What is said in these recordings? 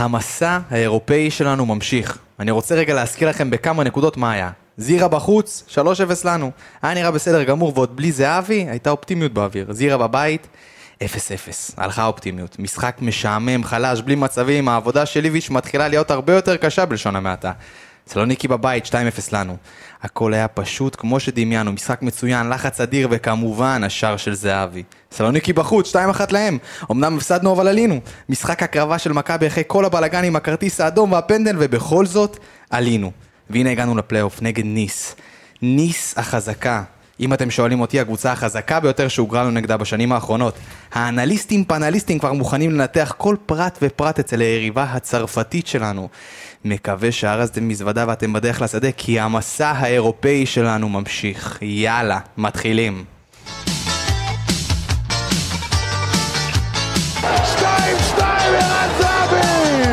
המסע האירופאי שלנו ממשיך. אני רוצה רגע להזכיר לכם בכמה נקודות מה היה. זירה בחוץ, 3-0 לנו. היה נראה בסדר גמור, ועוד בלי זהבי, הייתה אופטימיות באוויר. זירה בבית, 0-0. הלכה אופטימיות. משחק משעמם, חלש, בלי מצבים. העבודה של ליביץ' מתחילה להיות הרבה יותר קשה בלשון המעטה. סלוניקי בבית, 2-0 לנו. הכל היה פשוט כמו שדמיינו, משחק מצוין, לחץ אדיר וכמובן השער של זהבי. סלוניקי בחוץ, 2-1 להם. אמנם הפסדנו אבל עלינו. משחק הקרבה של מכבי אחרי כל הבלגן עם הכרטיס האדום והפנדל, ובכל זאת עלינו. והנה הגענו לפלייאוף נגד ניס. ניס החזקה. אם אתם שואלים אותי, הקבוצה החזקה ביותר שהוגרלנו נגדה בשנים האחרונות. האנליסטים פאנליסטים כבר מוכנים לנתח כל פרט ופרט אצל היריבה הצרפתית שלנו. מקווה שהרזתם מזוודה ואתם בדרך לשדה, כי המסע האירופאי שלנו ממשיך. יאללה, מתחילים. 2-2 ערן זהבי!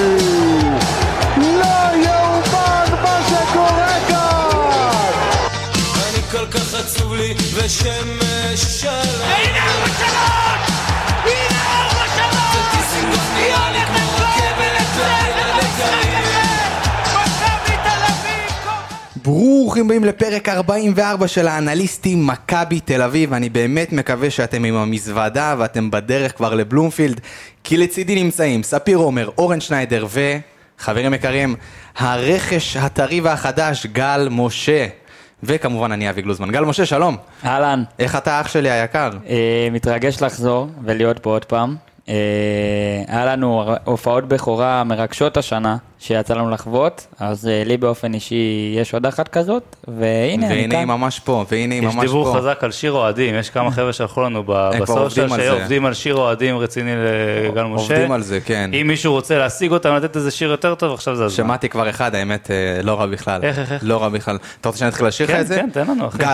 לא יאומן מה שקורה כאן! אני כל כך עצוב לי ושמש שלם. הנה 4-3! הנה 4-3! וטיסינגוף נראה לי כמו רכבת לילה לגליל. מכבי תל אביב! ברוכים באים לפרק 44 של האנליסטים מכבי תל אביב. אני באמת מקווה שאתם עם המזוודה ואתם בדרך כבר לבלומפילד, כי לצידי נמצאים ספיר עומר, אורן שניידר וחברים יקרים, הרכש הטרי והחדש גל משה. וכמובן אני אבי גלוזמן. גל משה, שלום. אהלן. איך אתה אח שלי היקר? מתרגש לחזור ולהיות פה עוד פעם. היה לנו הופעות בכורה מרגשות השנה שיצא לנו לחוות, אז לי באופן אישי יש עוד אחת כזאת, והנה אני כאן. היא ממש פה, יש דיבור חזק על שיר אוהדים, יש כמה חבר'ה שהלכו לנו בסושיאל שעובדים על שיר אוהדים רציני לגל משה. עובדים על זה, כן. אם מישהו רוצה להשיג אותם, לתת איזה שיר יותר טוב, עכשיו זה הזמן. שמעתי כבר אחד, האמת לא רע בכלל. איך? לא רע בכלל. אתה רוצה שאני אתחיל לשיר לך את זה? כן, תן לנו אחי.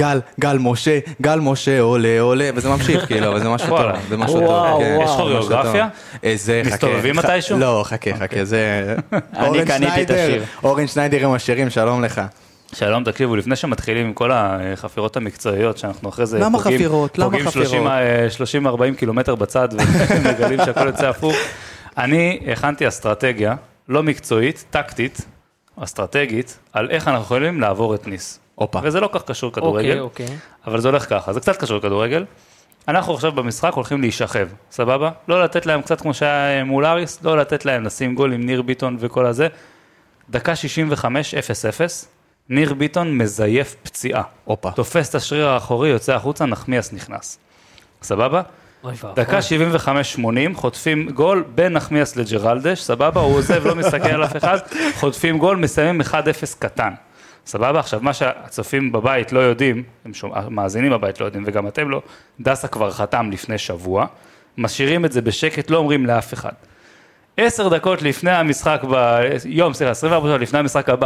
גל משה, עולה, וזה ממשיך, כאילו, וזה משהו טוב. זה משהו טוב, כן. יש כוריאוגרפיה? מסתובבים מתישהו? לא, חכה, זה... אני קניתי את השיר. אורן שניידר עם השירים, שלום לך. שלום, תקשיבו, לפני שמתחילים עם כל החפירות המקצועיות, שאנחנו אחרי זה למה חפירות? פוגעים 30-40 קילומטר בצד ומגלים שהכל יוצא הפוך. אני הכנתי אסטרטגיה, לא מקצועית, טקטית, אסטרטגית, על איך אנחנו יכולים לעבור את ניס. וזה לא כך קשור כדורגל, אבל זה הולך ככה, זה קצת קשור כדורגל. אנחנו עכשיו במשחק הולכים להישכב, סבבה? לא לתת להם קצת כמו שהיה מול אריס, לא לתת להם לשים גול עם ניר ביטון וכל הזה. דקה 65, 0-0, ניר ביטון מזייף פציעה. תופס את השריר האחורי, יוצא החוצה, נחמיאס נכנס. סבבה? דקה 75-80, חוטפים גול בין נחמיאס לג'רלדש, סבבה? הוא עוזב, לא מסתכל על אף אחד, חוטפים גול, מסיימים 1-0 קטן. סבבה? עכשיו, מה שהצופים בבית לא יודעים, המאזינים בבית לא יודעים, וגם אתם לא, דסה כבר חתם לפני שבוע, משאירים את זה בשקט, לא אומרים לאף אחד. 10 דקות לפני המשחק, 24 שעות לפני המשחק הבא,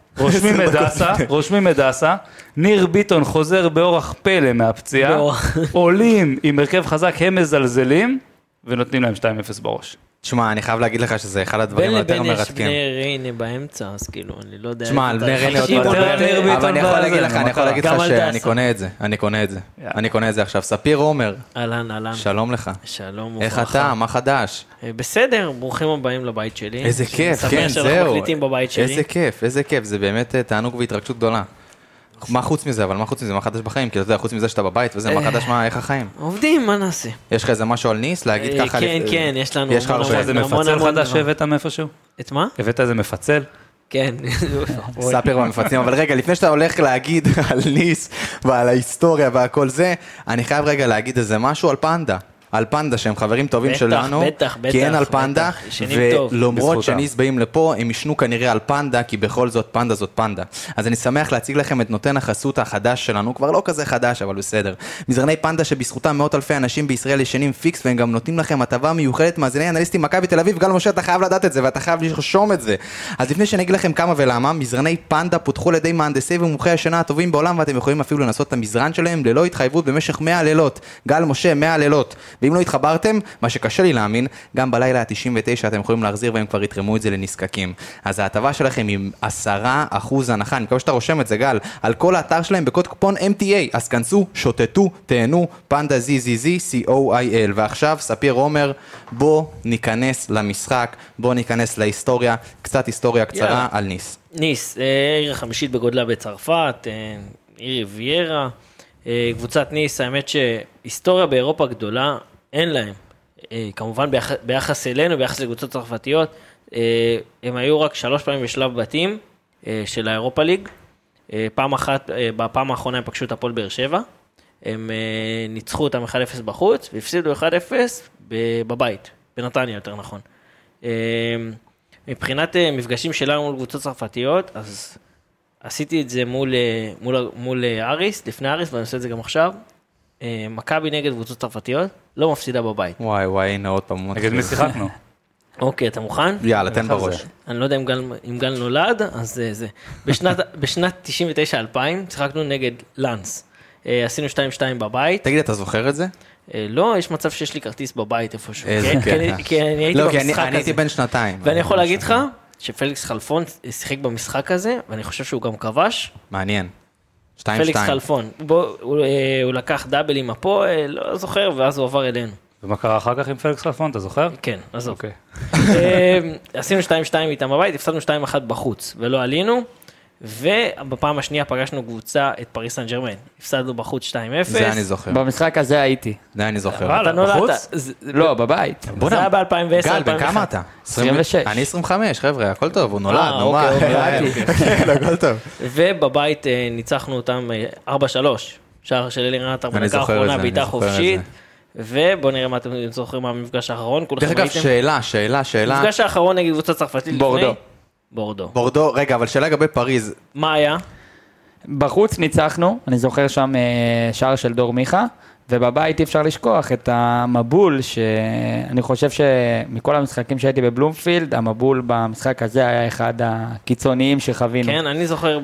רושמים את דסה, ניר ביטון חוזר באורח פלא מהפציעה, עולים עם הרכב חזק, הם מזלזלים, ונותנים להם 2-0 בראש. תשמע, אני חייב להגיד לך שזה אחד הדברים היותר מרתקים. בין לבין יש בני ריינה באמצע, אז כאילו, אני לא יודע... תשמע, על בני ריינה עוד מדבר, אבל אני יכול להגיד לך שאני קונה את זה. אני קונה את זה עכשיו. ספיר עומר. אהלן. שלום לך. שלום וברכה. איך אתה? מה חדש? בסדר, ברוכים הבאים לבית שלי. איזה כיף, כן, זהו. איזה כיף, זה באמת תענוג והתרגשות גדולה. מה חוץ מזה, אבל מה חוץ מזה, מה חדש בחיים? כי אתה יודע, חוץ מזה שאתה בבית וזה, מה חדש, איך החיים? עובדים, מה נעשה? יש לך איזה משהו על ניס, להגיד ככה? כן, יש לנו... יש לך איזה מפצל חדש שהבאת מאיפשהו? את מה? הבאת איזה מפצל? כן. ספר במפצלים, אבל רגע, לפני שאתה הולך להגיד על ניס ועל ההיסטוריה והכל זה, אני חייב רגע להגיד איזה משהו על פנדה. על פנדה שהם חברים טובים שלנו, כי אין על פנדה, ולמרות שניס באים לפה, הם ישנו כנראה על פנדה, כי בכל זאת פנדה זאת פנדה. אז אני שמח להציג לכם את נותן החסות החדש שלנו, כבר לא כזה חדש, אבל בסדר. מזרני פנדה שבזכותם מאות אלפי אנשים בישראל ישנים פיקס, והם גם נותנים לכם הטבה מיוחדת מאזיני אנליסטים מכבי תל אביב. גל משה, אתה חייב לדעת את זה, ואתה חייב לרשום את זה. אז לפני שאני אגיד לכם כמה ולמה, מזרני פנדה פותחו על ידי מהנדסי ומומחי השינה הטובים בעולם, ואתם יכולים אפילו לנסות את המזרן שלהם ללא התחייבות במשך 100 לילות. גל משה, 100 לילות. ואם לא התחברתם, מה שקשה לי להאמין, גם בלילה ה-99 אתם יכולים להחזיר והם כבר יתרמו את זה לנזקקים. אז ההטבה שלכם היא 10% הנחה, אני מקווה שאתה רושם את זה גל, על כל האתר שלהם בקוד קופון MTA, אז כנסו, שוטטו, תהנו, פנדה ZZZ, COIL. ועכשיו ספיר אומר, בוא ניכנס למשחק, בוא ניכנס להיסטוריה, קצת היסטוריה קצרה על ניס. ניס, עיר החמישית בגודלה בצרפת, עיר ריביירה, קבוצת ניס, האמת שהיסטוריה באירופה גדולה, אין להם. כמובן ביחס אלינו, ביחס לקבוצות צרפתיות, הם היו רק 3 פעמים בשלב בתים של האירופה ליג. פעם אחת, בפעם האחרונה הם פגשו את הפועל באר שבע, הם ניצחו אותם 1-0 בחוץ, והפסידו 1-0 בבית, בנתניה יותר נכון. מבחינת מפגשים שלנו מול קבוצות צרפתיות, אז עשיתי את זה מול אריס, לפני אריס, ואני עושה את זה גם עכשיו. מכבי נגד קבוצות צרפתיות, לא מפסידה בבית. וואי, הנה עוד פעם. נגד מי שיחקנו? אוקיי, אתה מוכן? יאללה, תן בראש. אני לא יודע אם גל נולד, אז זה. בשנת 99-2000, שיחקנו נגד לנס. עשינו 2-2 בבית. תגיד, אתה זוכר את זה? לא, יש מצב שיש לי כרטיס בבית איפשהו. כי אני הייתי לא, במשחק הזה. אני הייתי בן 2. ואני יכול להגיד לך שפליקס חלפון שיחק במשחק הזה, ואני חושב שהוא גם כבש. מעניין. 2-2. פליקס חלפון. הוא לקח דאבל עם הפועל, לא זוכר, ואז הוא עבר אלינו. ומה קרה אחר כך עם פליקס חלפון, אתה זוכר? כן, עזוב. אוקיי. עשינו 2-2 איתם בבית, הפסדנו 2-1 בחוץ, ולא עלינו. ובפעם השנייה פגשנו קבוצה את פריס סן ז'רמן. הפסדנו בחוץ 2-0. זה אני זוכר. במשחק הזה הייתי. זה אני זוכר. אתה נולדת. לא, בבית. זה היה ב-2010. גל, בן כמה אתה? 26. אני 25, חבר'ה, הכל טוב, הוא נולד, נו מה. אוקיי. הכל טוב. ובבית ניצחנו אותם 4-3. שער של אלירן עטר אני בדקה זוכר את האחרונה, זה, בעיטה אני זוכר את חופשית. זה. ובוא נראה מה אתם זוכרים מהמפגש האחרון. דרך אגב, שאלה. המפגש האחרון נגד קבוצה צרפתית לפני. בורדו. בורדו, רגע, אבל שאלה לגבי פריז. מה היה? בחוץ ניצחנו, אני זוכר שם שער של דור מיכה, ובבית אי אפשר לשכוח את המבול, שאני חושב שמכל המשחקים שהייתי בבלומפילד, המבול במשחק הזה היה אחד הקיצוניים שחווינו. כן, אני זוכר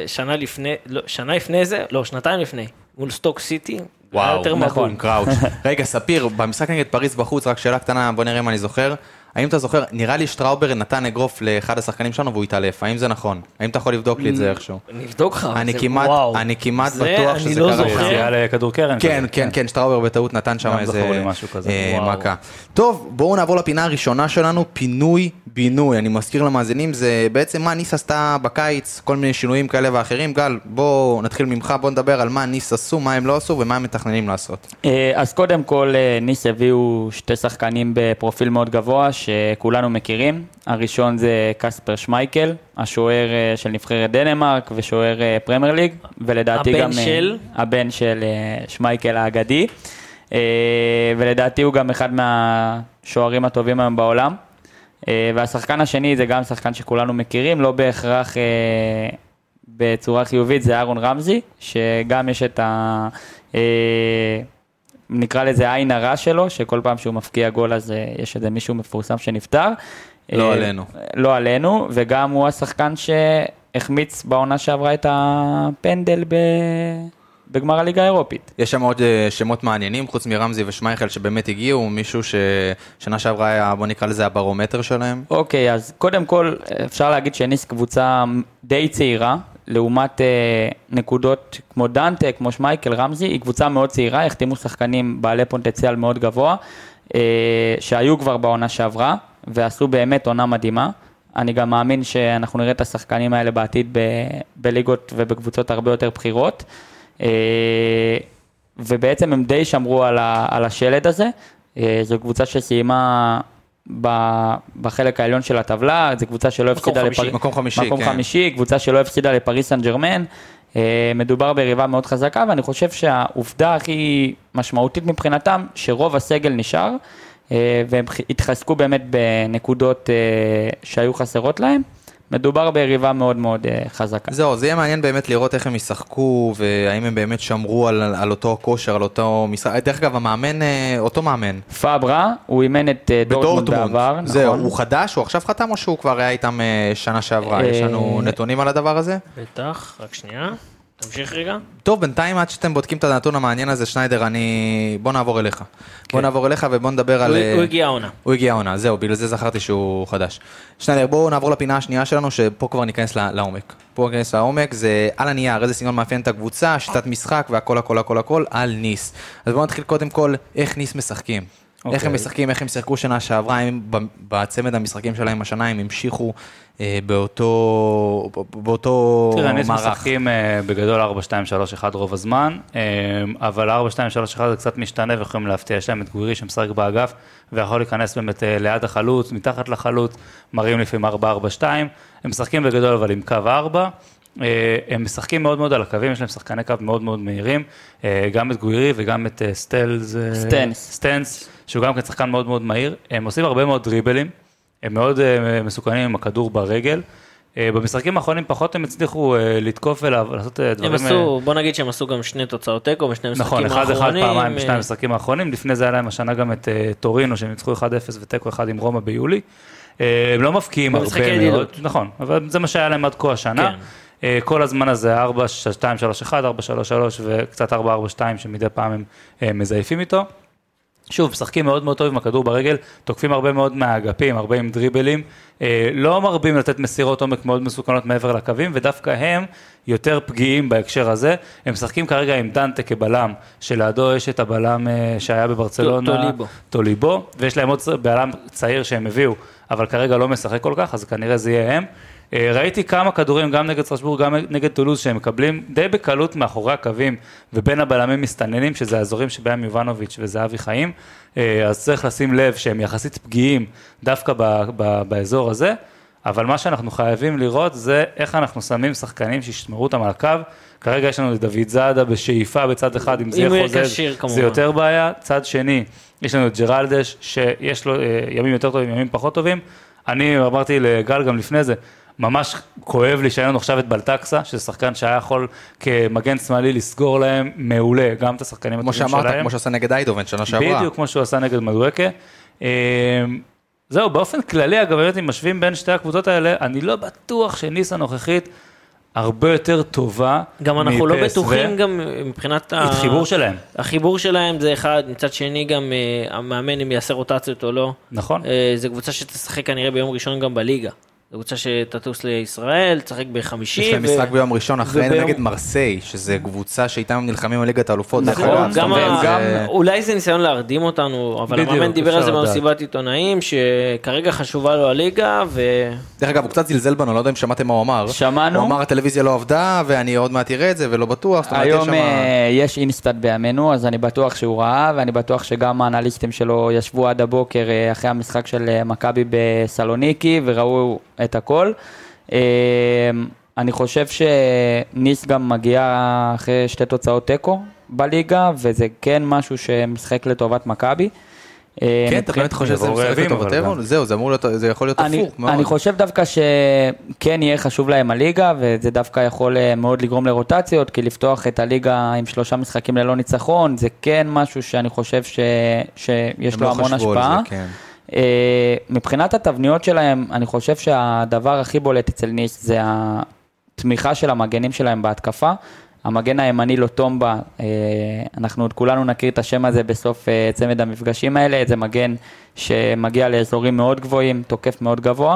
שנה לפני זה, לא, שנתיים לפני, מול סטוק סיטי, היה יותר מבול. קראוץ'. רגע, ספיר, במשחק נגד פריז בחוץ, רק שאלה קטנה, בוא נראה מה אני זוכר. האם אתה זוכר, נראה לי שטראובר נתן אגרוף לאחד השחקנים שלנו והוא התעלף, האם זה נכון? האם אתה יכול לבדוק לי את זה איכשהו? נבדוק לך, אני כמעט בטוח שזה לא קרה. זוכר. זה היה לכדור קרן. כן, שטראובר בטעות נתן שם איזה מכה. טוב, בואו נעבור לפינה הראשונה שלנו, פינוי בינוי. אני מזכיר למאזינים, זה בעצם מה ניס עשתה בקיץ, כל מיני שינויים כאלה ואחרים. גל, בואו נתחיל ממך, בואו נדבר על מה ניס עשו, מה הם לא עשו ומה הם מתכננים לעשות. אז קודם כל ניס הביאו 2 שחקנים בפרופיל מאוד גבוה שכולנו מכירים. הראשון זה קספר שמייקל, השוער של נבחרת דנמרק ושוער פרמייר ליג, ולדעתי גם הבן של שמייקל האגדי, ולדעתי הוא גם אחד מהשוערים הטובים היום בעולם. והשחקן השני זה גם שחקן שכולנו מכירים, לא בהכרח בצורה חיובית, זה אהרון רמזי, שגם יש את נקרא לזה עין הרע שלו, שכל פעם שהוא מפקיע גול אז יש איזה מישהו מפורסם שנפטר. לא עלינו. לא עלינו, וגם הוא השחקן שהחמיץ בעונה שעברה את הפנדל בגמר הליגה האירופית. יש שם עוד שמות מעניינים, חוץ מרמזי ושמייכל שבאמת הגיעו, מישהו ששנה שעברה היה, בוא נקרא לזה הברומטר שלהם. אוקיי, אז קודם כל אפשר להגיד שניס קבוצה די צעירה, לעומת נקודות כמו דנטה, כמו שמייקל, רמזי, היא קבוצה מאוד צעירה, החתימו שחקנים בעלי פוטנציאל מאוד גבוה, שהיו כבר בעונה שעברה, ועשו באמת עונה מדהימה. אני גם מאמין שאנחנו נראה את השחקנים האלה בעתיד בליגות ובקבוצות הרבה יותר בחירות, ובעצם הם די שמרו על השלד הזה. זו קבוצה שסיימה בחלק העליון של הטבלה, זו קבוצה שלא הפסידה מקום חמישי, קבוצה שלא הפסידה לפריס סן ז'רמן. מדובר ביריבה מאוד חזקה, ואני חושב שהעובדה הכי משמעותית מבחינתם, שרוב הסגל נשאר, והם התחזקו באמת בנקודות שהיו חסרות להם. מדובר ביריבה מאוד מאוד חזקה. זהו, זה יהיה מעניין באמת לראות איך הם ישחקו, והאם הם באמת שמרו על אותו כושר, על אותו משחק. דרך אגב, המאמן, אותו מאמן. פאברה, הוא אימן את דורטמונד בעבר. זהו, הוא חדש, הוא עכשיו חתם או שהוא כבר היה איתם שנה שעברה? יש לנו נתונים על הדבר הזה? בטח, רק שנייה. תמשיך רגע. טוב, בינתיים עד שאתם בודקים את הנתון המעניין הזה, שניידר, בוא נעבור אליך. בוא נעבור אליך ובוא נדבר על... הוא הגיע העונה. הוא הגיע העונה, זהו, בגלל זה זכרתי שהוא חדש. שניידר, בואו נעבור לפינה השנייה שלנו, שפה כבר ניכנס לעומק. פה ניכנס לעומק, זה על הנייר, איזה סגנון מאפיין את הקבוצה, שיטת משחק והכל, הכל, הכל, הכל, על ניס. אז בואו נתחיל קודם כל, איך ניס משחקים. איך הם משחקים, איך הם שיחקו שנה שעברה, הם בצמד המשחקים שלהם השנה, הם המשיכו באותו מערך. תראה, ניס משחקים בגדול 4-2-3-1 רוב הזמן, אבל 4-2-3-1 זה קצת משתנה ויכולים להפתיע, יש להם את גוירי שמשחק באגף, ויכול להיכנס באמת ליד החלוץ, מתחת לחלוץ, מראים לפעמים 4-4-2, הם משחקים בגדול אבל עם קו 4, הם משחקים מאוד מאוד על הקווים, יש להם שחקני קו מאוד מאוד מהירים, גם את גוירי וגם את סטנס, שהוא גם כן שחקן מאוד מאוד מהיר, הם עושים הרבה מאוד דריבלים, הם מאוד מסוכנים עם הכדור ברגל, במשחקים האחרונים פחות הם הצליחו לתקוף ולעשות דברים... הם עשו, בוא נגיד שהם עשו גם שני תוצאות תיקו בשני משחקים האחרונים. נכון, אחד פעמיים בשני המשחקים האחרונים, לפני זה היה להם השנה גם את טורינו, שהם ניצחו 1-0 ותיקו 1 עם רומא ביולי, הם לא מפקיעים הרבה מאוד, נכון, אבל זה מה שהיה להם עד כה השנה, כל הזמן הזה 4-2-3-1, 4-3-3 וקצת 4-4-2 שמדי פעם הם מזייפים איתו. שוב, משחקים מאוד מאוד טוב עם הכדור ברגל, תוקפים הרבה מאוד מהאגפים, הרבה עם דריבלים, לא מרבים לתת מסירות עומק מאוד מסוכנות מעבר לקווים, ודווקא הם יותר פגיעים בהקשר הזה. הם משחקים כרגע עם דנטה כבלם, שלידו יש את הבלם שהיה בברצלונה, טוליבו, ויש להם עוד בלם צעיר שהם הביאו, אבל כרגע לא משחק כל כך, אז כנראה זה יהיה הם. ראיתי כמה כדורים, גם נגד סטרסבורג, גם נגד טולוז, שהם מקבלים די בקלות מאחורי הקווים, ובין הבלמים מסתננים, שזה האזורים שבהם יובנוביץ' וזהבי חיים, אז צריך לשים לב שהם יחסית פגיעים דווקא באזור הזה, אבל מה שאנחנו חייבים לראות זה איך אנחנו שמים שחקנים שישמרו אותם על הקו. כרגע יש לנו את דוד זאדה בשאיפה בצד אחד, אם זה חוזז, זה יותר בעיה. צד שני, יש לנו את ג'רלדש, שיש לו ימים יותר טובים, ימים פחות טובים. אני אמרתי לגל גם לפני זה, ממש כואב לי שהיינו עכשיו את בלטקסה, שזה שחקן שהיה יכול כמגן שמאלי לסגור להם מעולה, גם את השחקנים הטובים שלהם. כמו שאמרת, כמו שעשה נגד איידובן שנה שעברה. בדיוק, כמו שהוא עשה נגד מדואקה. זהו, באופן כללי, אגב, אם משווים בין שתי הקבוצות האלה, אני לא בטוח שניס הנוכחית הרבה יותר טובה. גם אנחנו לא בטוחים גם מבחינת החיבור שלהם. החיבור שלהם זה אחד, מצד שני גם המאמן אם יעשה רוטציות או לא. נכון. זה קבוצה שתשחק כנראה ביום ראשון גם בליגה. זו קבוצה שתטוס לישראל, תשחק בחמישי. יש להם משחק ביום ראשון אחרי נגד מרסיי, שזה קבוצה שאיתם הם נלחמים על ליגת האלופות. נכון, אולי זה ניסיון להרדים אותנו, אבל המאמן דיבר על זה במסיבת עיתונאים, שכרגע חשובה לו הליגה, דרך אגב, הוא קצת זלזל בנו, לא יודע אם שמעתם מה הוא אמר. שמענו. הוא אמר, הטלוויזיה לא עבדה, ואני עוד מעט אראה את זה, ולא בטוח. היום יש אינסטאט בימינו, אז אני בטוח שהוא ראה, ואני בטוח שגם האנליסטים שלו ישבו עד הבוקר אחרי המשחק של מכבי בסלוניקי, וראו את הכל. אני חושב שניס גם מגיע אחרי שתי תוצאות תיקו בליגה, וזה כן משהו שמשחק לטובת מכבי. כן, אתה באמת חושב שזה משחק לטובתנו? זהו, זה יכול להיות הפוך מאוד. אני חושב דווקא שכן יהיה חשוב להם הליגה, וזה דווקא יכול מאוד לגרום לרוטציות, כי לפתוח את הליגה עם 3 משחקים ללא ניצחון, זה כן משהו שאני חושב שיש לו המון השפעה. מבחינת התבניות שלהם, אני חושב שהדבר הכי בולט אצל ניס זה התמיכה של המגנים שלהם בהתקפה. המגן הימני לוטומבה, אנחנו עוד כולנו נכיר את השם הזה בסוף צמד המפגשים האלה, זה מגן שמגיע לאזורים מאוד גבוהים, תוקף מאוד גבוה.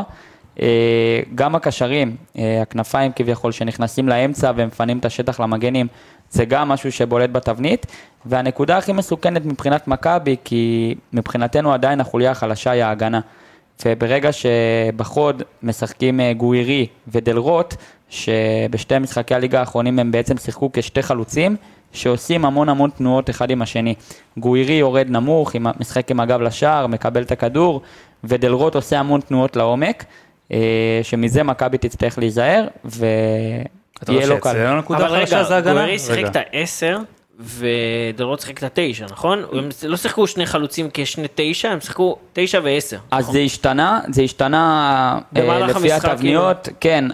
גם הקשרים, הכנפיים כביכול שנכנסים לאמצע ומפנים את השטח למגנים, זה גם משהו שבולט בתבנית, והנקודה הכי מסוכנת מבחינת מכבי, כי מבחינתנו עדיין החוליה החלשה היא ההגנה, וברגע שבחוד משחקים גוירי ודלרוט, שבשתי משחקי הליגה האחרונים הם בעצם שיחקו כשתי חלוצים, שעושים המון תנועות אחד עם השני. גוירי יורד נמוך, משחק עם הגב לשער, מקבל את הכדור, ודלרוט עושה המון תנועות לעומק, שמזה מכבי תצטרך להיזהר, ויהיה לו קל. אבל רגע, גוירי שיחק את ה-10, ודלרוט שיחק את ה-9, נכון? הם לא שיחקו שני חלוצים כשני 9, הם שיחקו 9 ו-10. אז זה השתנה לפי התבניות, כן,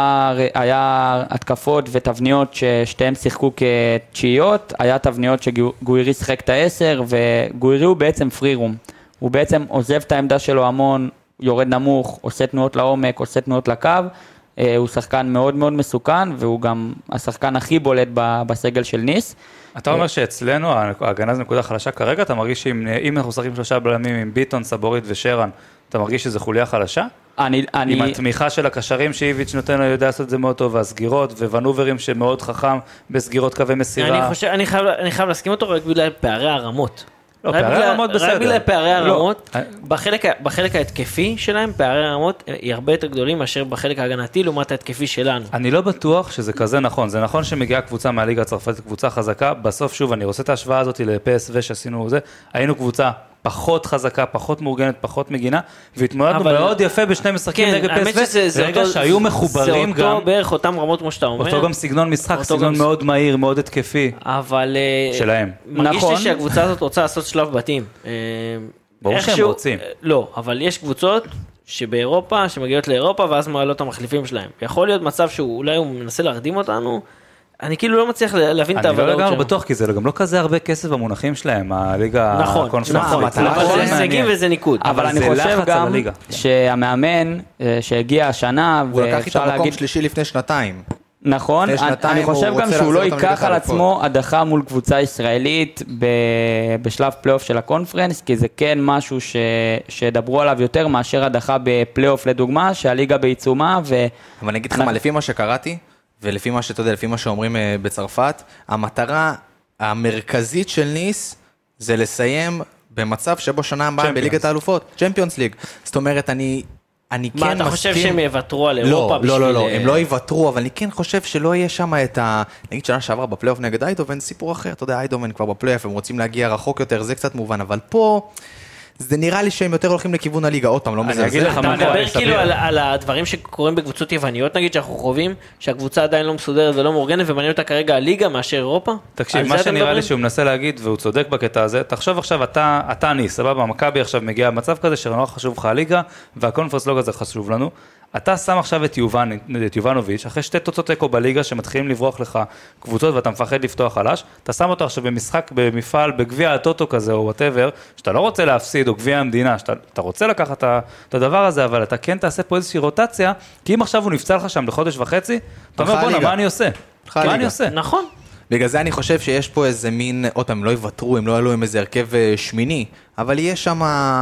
היה התקפות ותבניות ששתיהם שיחקו כתשיעיות, היה תבניות שגוירי שיחק את ה-10, וגוירי הוא בעצם פרי רום, הוא בעצם עוזב את העמדה שלו המון, יורד נמוך, עושה תנועות לעומק, עושה תנועות לקו, הוא שחקן מאוד מאוד מסוכן, והוא גם השחקן הכי בולט בסגל של ניס. אתה אומר שאצלנו ההגנה זו נקודה חלשה כרגע, אתה מרגיש שאם אנחנו שחקים 3 בלמים עם ביטון, סבורית ושרן, אתה מרגיש שזה חוליה חלשה? עם התמיכה של הקשרים שאיביץ' נותן לו יודע לעשות את זה מאוד טוב, והסגירות וונוברים שמאוד חכם בסגירות קווי מסירה. אני חייב להסכים אותו רק בגלל פערי הרמות. לא, פערי הרמות בסדר. רק בגלל פערי הרמות, בחלק ההתקפי שלהם, פערי הרמות היא הרבה יותר גדולים מאשר בחלק ההגנתי לעומת ההתקפי שלנו. אני לא בטוח שזה כזה נכון. זה נכון שמגיעה קבוצה מהליגה הצרפתית, קבוצה חזקה. בסוף, שוב, אני רוצה את ההשוואה הזאת ל-PSV שעשינו זה. היינו קבוצה פחות חזקה, פחות מאורגנת, פחות מגינה, והתמודדנו מאוד יפה בשני משחקים נגד PSV. רגע שהיו מחוברים גם. זה אותו בערך אותם רמות כמו שאתה אומר. אותו גם סגנון משחק, סגנון מאוד מהיר, מאוד התקפי. אבל שלהם. מרגיש לי שהקבוצה הזאת רוצה לעשות שלב בתים. ברור שהם רוצים. לא, אבל יש קבוצות שבאירופה, שמגיעות לאירופה, ואז מעלות המחליפים שלהם. יכול להיות מצב שאולי הוא מנסה להרדים אותנו, אני כאילו לא מצליח להבין את העבודות שלהם. אני לא לגמרי בטוח, כי זה גם לא כזה הרבה כסף במונחים שלהם, הליגה הקונפרנס. אבל זה הישגים וזה ניקוד. אבל אני חושב גם שהמאמן שהגיע השנה, הוא לקח איתם מקום שלישי לפני שנתיים. נכון, אני חושב גם שהוא לא ייקח על עצמו הדחה מול קבוצה ישראלית בשלב פלייאוף של הקונפרנס, כי זה כן משהו שדברו עליו יותר מאשר הדחה בפלייאוף לדוגמה, שהליגה בעיצומה. אבל אני אגיד לך מה, לפי מה שקראתי, ולפי מה שאתה יודע, לפי מה שאומרים בצרפת, המטרה המרכזית של ניס זה לסיים במצב שבו שנה הבאה בליגת האלופות, צ'מפיונס ליג. זאת אומרת, אני כן מסכים... מה, אתה חושב שהם יוותרו על אירופה בשביל... לא, הם לא יוותרו, אבל אני כן חושב שלא יהיה שם את ה... נגיד שנה שעברה בפלייאוף נגד איידובן, סיפור אחר, אתה יודע, איידובן כבר בפלייאוף, הם רוצים להגיע רחוק יותר, זה קצת מובן, אבל פה... זה נראה לי שהם יותר הולכים לכיוון הליגה, אותם, לא מזלזל. אתה מדבר כאילו על הדברים שקורים בקבוצות יווניות, נגיד שאנחנו חווים, שהקבוצה עדיין לא מסודרת ולא מאורגנת, ומעניין אותה כרגע הליגה מאשר אירופה? תקשיב, מה שנראה לי שהוא מנסה להגיד, והוא צודק בקטע הזה, תחשוב עכשיו, אתה ניס, סבבה, מכבי עכשיו מגיע במצב כזה, שנורא חשוב לך הליגה, והקונפרנס לא כזה חשוב לנו. אתה שם עכשיו את יובנוביץ', אחרי 2 תוצאות אקו בליגה שמתחילים לברוח לך קבוצות ואתה מפחד לפתוח חלש, אתה שם אותו עכשיו במשחק, במפעל, בגביע הטוטו כזה או whatever, שאתה לא רוצה להפסיד, או גביע המדינה, שאתה רוצה לקחת את הדבר הזה, אבל אתה כן תעשה פה איזושהי רוטציה, כי אם עכשיו הוא נפצע לך שם לחודש וחצי, אתה אומר בונה, מה אני עושה? מה אני עושה? נכון. בגלל זה אני חושב שיש פה איזה מין, אותם, הם לא יוותרו, הם לא יעלו עם איזה הרכב שמיני, אבל יהיה שם...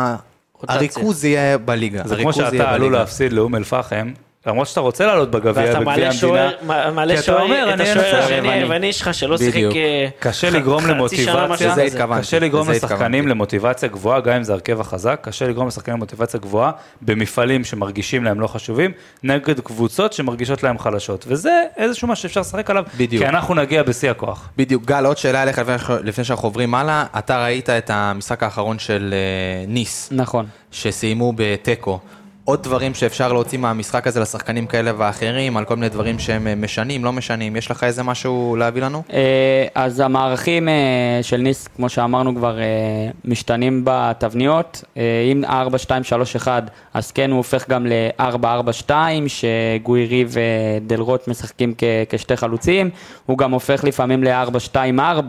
הריכוז יהיה בליגה. זה כמו שאתה עלול להפסיד לאום אל-פחם, למרות שאתה רוצה לעלות בגביע בגביע המדינה. ואתה מעלה שוער, את השוער השני היווני שלך שלא שיחק קשה לגרום למוטיבציה, קשה לגרום לשחקנים למוטיבציה גבוהה, גם אם זה הרכב החזק, קשה לגרום לשחקנים למוטיבציה גבוהה, במפעלים שמרגישים להם לא חשובים, נגד קבוצות שמרגישות להם חלשות. וזה איזשהו מה שאפשר לשחק עליו, כי אנחנו נגיע בשיא הכוח. בדיוק. גל, עוד שאלה אליך לפני שאנחנו עוברים הלאה, אתה ראית את המשחק האחרון של ניס. נכון. שסיימו בטקו. עוד דברים שאפשר להוציא מהמשחק הזה לשחקנים כאלה ואחרים, על כל מיני דברים שהם משנים, לא משנים, יש לך איזה משהו להביא לנו? אז המערכים של ניס, כמו שאמרנו כבר, משתנים בתבניות, אם 4-2-3-1, אז כן הוא הופך גם ל-4-4-2, שגוירי ודלרוט משחקים כשתי חלוצים, הוא גם הופך לפעמים ל-4-2-4,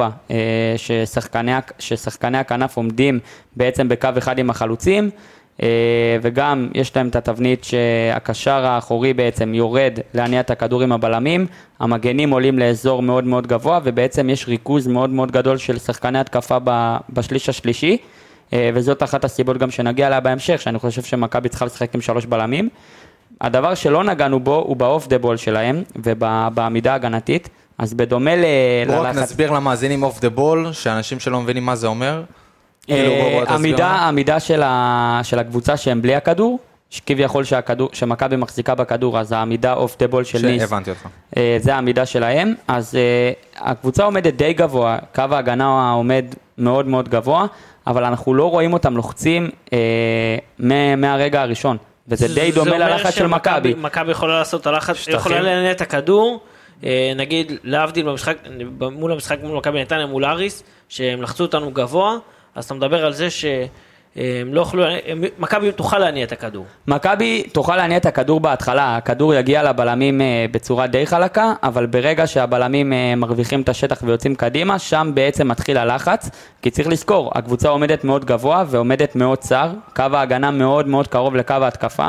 ששחקני הכנף עומדים בעצם בקו אחד עם החלוצים, וגם יש להם את התבנית שהקשר האחורי בעצם יורד להניע את הכדור עם הבלמים, המגנים עולים לאזור מאוד מאוד גבוה, ובעצם יש ריכוז מאוד מאוד גדול של שחקני התקפה בשליש השלישי, וזאת אחת הסיבות גם שנגיע לה בהמשך, שאני חושב שמכבי צריכה לשחק עם 3 בלמים. הדבר שלא נגענו בו הוא באוף דה בול שלהם, ובעמידה הגנתית, אז בדומה בואו רק נסביר למאזינים אוף דה בול, שאנשים שלא מבינים מה זה אומר. העמידה של הקבוצה שהם בלי הכדור, כביכול שמכבי מחזיקה בכדור, אז העמידה אוף דה בול של ניס, הבנתי אותך. זה העמידה שלהם, אז הקבוצה עומדת די גבוה, קו ההגנה עומד מאוד מאוד גבוה, אבל אנחנו לא רואים אותם לוחצים מהרגע הראשון, וזה די דומה ללחץ של מכבי. מכבי יכולה לעשות את הלחץ, יכולה להניע את הכדור, נגיד להבדיל מול המשחק מול מכבי נתניה מול אריס, שהם לחצו אותנו גבוה, אז אתה מדבר על זה שהם לא יכולו, מכבי תוכל להניע את הכדור. מכבי תוכל להניע את הכדור בהתחלה, הכדור יגיע לבלמים בצורה די חלקה, אבל ברגע שהבלמים מרוויחים את השטח ויוצאים קדימה, שם בעצם מתחיל הלחץ, כי צריך לזכור, הקבוצה עומדת מאוד גבוה ועומדת מאוד צר, קו ההגנה מאוד מאוד קרוב לקו ההתקפה,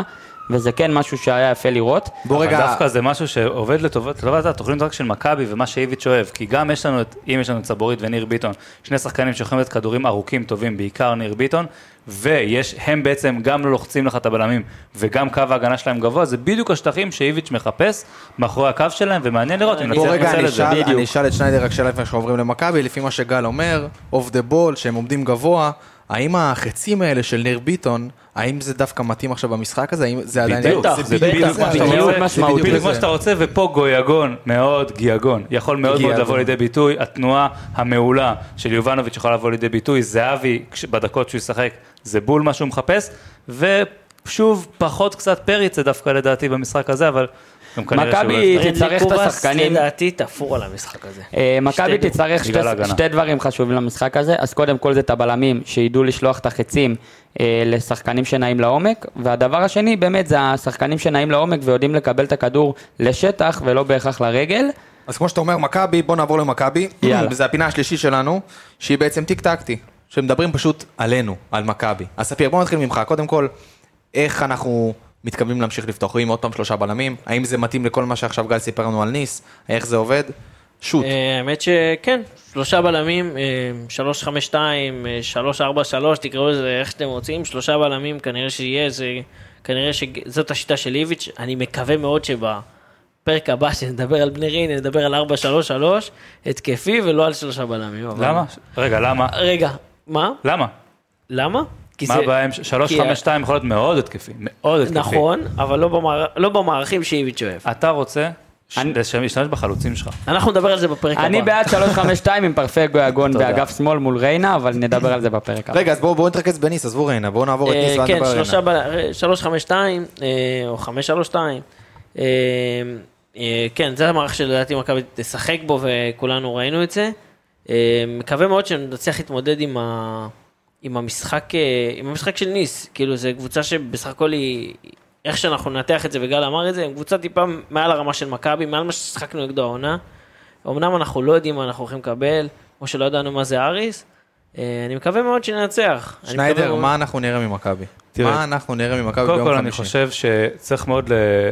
וזה כן משהו שהיה יפה לראות. בוא אבל רגע, דווקא זה משהו שעובד לטובת התוכנית רק של מכבי ומה שאיביץ' אוהב, כי גם יש לנו, אם יש לנו צבורית וניר ביטון, שני שחקנים שיכולים לתת כדורים ארוכים טובים, בעיקר ניר ביטון, והם בעצם גם לא לוחצים לך את הבלמים, וגם קו ההגנה שלהם גבוה, זה בדיוק השטחים שאיביץ' מחפש מאחורי הקו שלהם, ומעניין לראות אם בוא נצליח רגע, לנצל את זה. אני אשאל את שניידר רק שאלה לפני שאנחנו עוברים למכבי, לפי מה שגל אומר, אוף דה בול, שהם עומדים גבוה, האם החצים האלה של ניר ביטון, האם זה דווקא מתאים עכשיו במשחק הזה? האם זה עדיין... בטח, זה בדיוק מה שאתה רוצה, משמעותי. בדיוק מה שאתה רוצה, ופה גויגון, מאוד גיאגון, יכול מאוד מאוד לבוא לידי ביטוי, התנועה המעולה של יובנוביץ' יכולה לבוא לידי ביטוי, זהבי בדקות שהוא ישחק, זה בול מה שהוא מחפש, ושוב פחות קצת פריץ זה דווקא לדעתי במשחק הזה, אבל גם כנראה שהוא... מכבי תצטרך את השחקנים... לדעתי תפור על המשחק הזה. מכבי תצטרך שתי דברים חשובים למשחק הזה, אז קודם כל זה את הבלמים שידעו לשלוח את החצים לשחקנים שנעים לעומק, והדבר השני באמת זה השחקנים שנעים לעומק ויודעים לקבל את הכדור לשטח ולא בהכרח לרגל. אז כמו שאתה אומר, מכבי, בוא נעבור למכבי, וזה הפינה השלישית שלנו, שהיא בעצם טיק טקטי, שמדברים פשוט עלינו, על מכבי. אז ספיר, בוא נתחיל ממך, קודם כל, איך אנחנו מתכוונים להמשיך לפתוח, רואים עוד פעם 3 בלמים, האם זה מתאים לכל מה שעכשיו גל סיפר לנו על ניס, איך זה עובד? שוט. האמת שכן, 3 בלמים, 3-5-2, 3-4-3, תקראו לזה איך שאתם רוצים, 3 בלמים, כנראה שיהיה, כנראה שזאת השיטה של איביץ', אני מקווה מאוד שבפרק הבא שנדבר על בני ריינה, נדבר על 4-3-3, התקפי ולא על 3 בלמים. למה? רגע, למה? רגע, מה? למה? למה? מה הבעיה עם 3-5-2 יכול להיות מאוד התקפי, מאוד התקפי. נכון, אבל לא במערכים שאיביץ' אוהב. אתה רוצה להשתמש בחלוצים שלך. אנחנו נדבר על זה בפרק הבא. אני בעד 3-5-2 עם פרפי גויגון באגף שמאל מול ריינה, אבל נדבר על זה בפרק הבא. רגע, אז בואו נתרכז בניס, עזבו ריינה, בואו נעבור את ניס כן, ועד ריינה. 3-5-2 או 5-3-2. כן, זה המערך שלדעתי מכבי תשחק בו וכולנו ראינו את זה. מקווה מאוד שנצליח להתמודד עם המשחק של ניס. כאילו, זו קבוצה שבסך הכל היא... איך שאנחנו ננתח את זה, וגל אמר את זה, הם קבוצה טיפה מעל הרמה של מכבי, מעל מה ששחקנו נגדו העונה. אמנם אנחנו לא יודעים מה אנחנו הולכים לקבל, או שלא ידענו מה זה אריס. אני מקווה מאוד שננצח. שניידר, מה אנחנו נראה ממכבי? מה אנחנו נראה ממכבי ביום חמישי? קודם כל אני חושב שצריך מאוד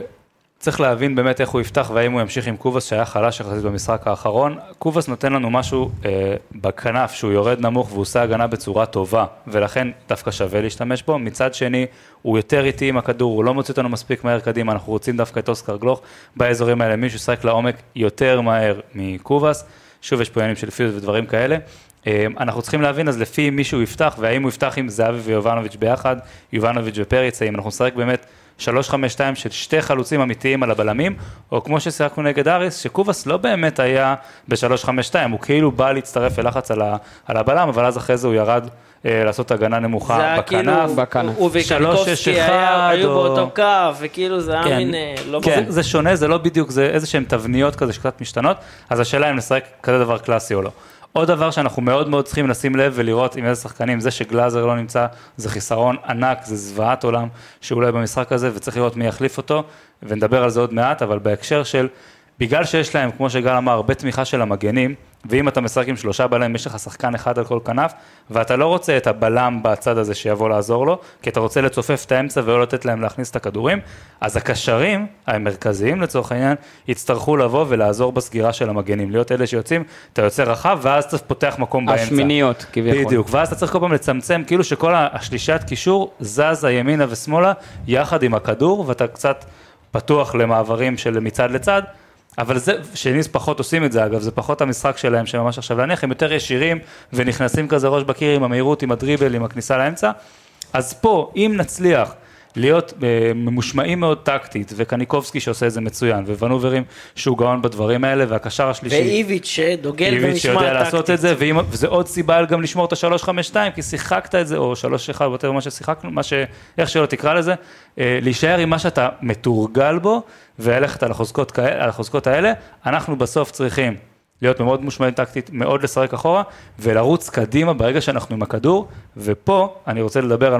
צריך להבין באמת איך הוא יפתח, והאם הוא ימשיך עם קובס שהיה חלש יחסית במשחק האחרון. קובס נותן לנו משהו בכנף, שהוא יורד נמוך והוא עושה הגנה בצורה טובה, ולכן דווקא שווה להשתמש בו. מצד שני, הוא יותר איטי עם הכדור, הוא לא מוציא אותנו מספיק מהר קדימה, אנחנו רוצים דווקא את אוסקר גלוך באזורים האלה, מישהו ששחק לעומק יותר מהר מקובס. שוב, יש פה עניינים של פיוט ודברים כאלה. אנחנו צריכים להבין, אז לפי מישהו יפתח, והאם הוא יפתח עם זהבי ויובנוביץ' ביחד, יובנוביץ' ופריץ, האם אנחנו נשחק באמת 3-5-2 של 2 חלוצים אמיתיים על הבלמים, או כמו ששיחקנו נגד אריס, שקובס לא באמת היה ב-3-5-2, הוא כאילו בא להצטרף ללחץ על הבלם, אבל אז אחרי זה הוא ירד לעשות הגנה נמוכה בכנף. הוא וקנקובסקי היו באותו קו, וכאילו זה היה מין... זה שונה, זה לא בדיוק, זה איזה שהן תבניות כזה שקצת משתנות, אז השאלה אם נשחק כזה דבר קלאסי או לא. עוד דבר שאנחנו מאוד מאוד צריכים לשים לב ולראות עם איזה שחקנים, זה שגלאזר לא נמצא, זה חיסרון ענק, זה זוועת עולם שאולי במשחק הזה, וצריך לראות מי יחליף אותו, ונדבר על זה עוד מעט, אבל בהקשר של, בגלל שיש להם, כמו שגל אמר, הרבה תמיכה של המגנים, ואם אתה משחק עם 3 בלמים, יש לך שחקן אחד על כל כנף, ואתה לא רוצה את הבלם בצד הזה שיבוא לעזור לו, כי אתה רוצה לצופף את האמצע ולא לתת להם להכניס את הכדורים, אז הקשרים, המרכזיים לצורך העניין, יצטרכו לבוא ולעזור בסגירה של המגנים, להיות אלה שיוצאים, אתה יוצא רחב, ואז אתה פותח מקום באמצע. השמיניות, כביכול. בדיוק, ואז אתה צריך כל פעם לצמצם, כאילו שכל השלישת קישור זז הימינה ושמאלה, יחד עם הכדור, ואתה קצת פתוח למעברים של מצד לצד, אבל זה, שניס פחות עושים את זה, אגב, זה פחות המשחק שלהם, שממש עכשיו להניח, הם יותר ישירים, ונכנסים כזה ראש בקיר עם המהירות, עם הדריבל, עם הכניסה לאמצע, אז פה, אם נצליח להיות ממושמעים מאוד טקטית, וקניקובסקי שעושה את זה מצוין, וונוברים שהוא גאון בדברים האלה, והקשר השלישי... ואיביץ' שדוגל במשמע טקטית. איביץ' שיודע לעשות את זה, וזה עוד סיבה גם לשמור את ה-3-5-2, כי שיחקת את זה, או 3-1, יותר מה ששיחקנו, איך שלא תקרא לזה, להישאר עם מה שאתה מתורגל בו, ולכת על החוזקות האלה, אנחנו בסוף צריכים להיות מאוד מושמעים טקטית, מאוד לשחק אחורה, ולרוץ קדימה ברגע שאנחנו עם הכדור, ופה אני רוצה לדבר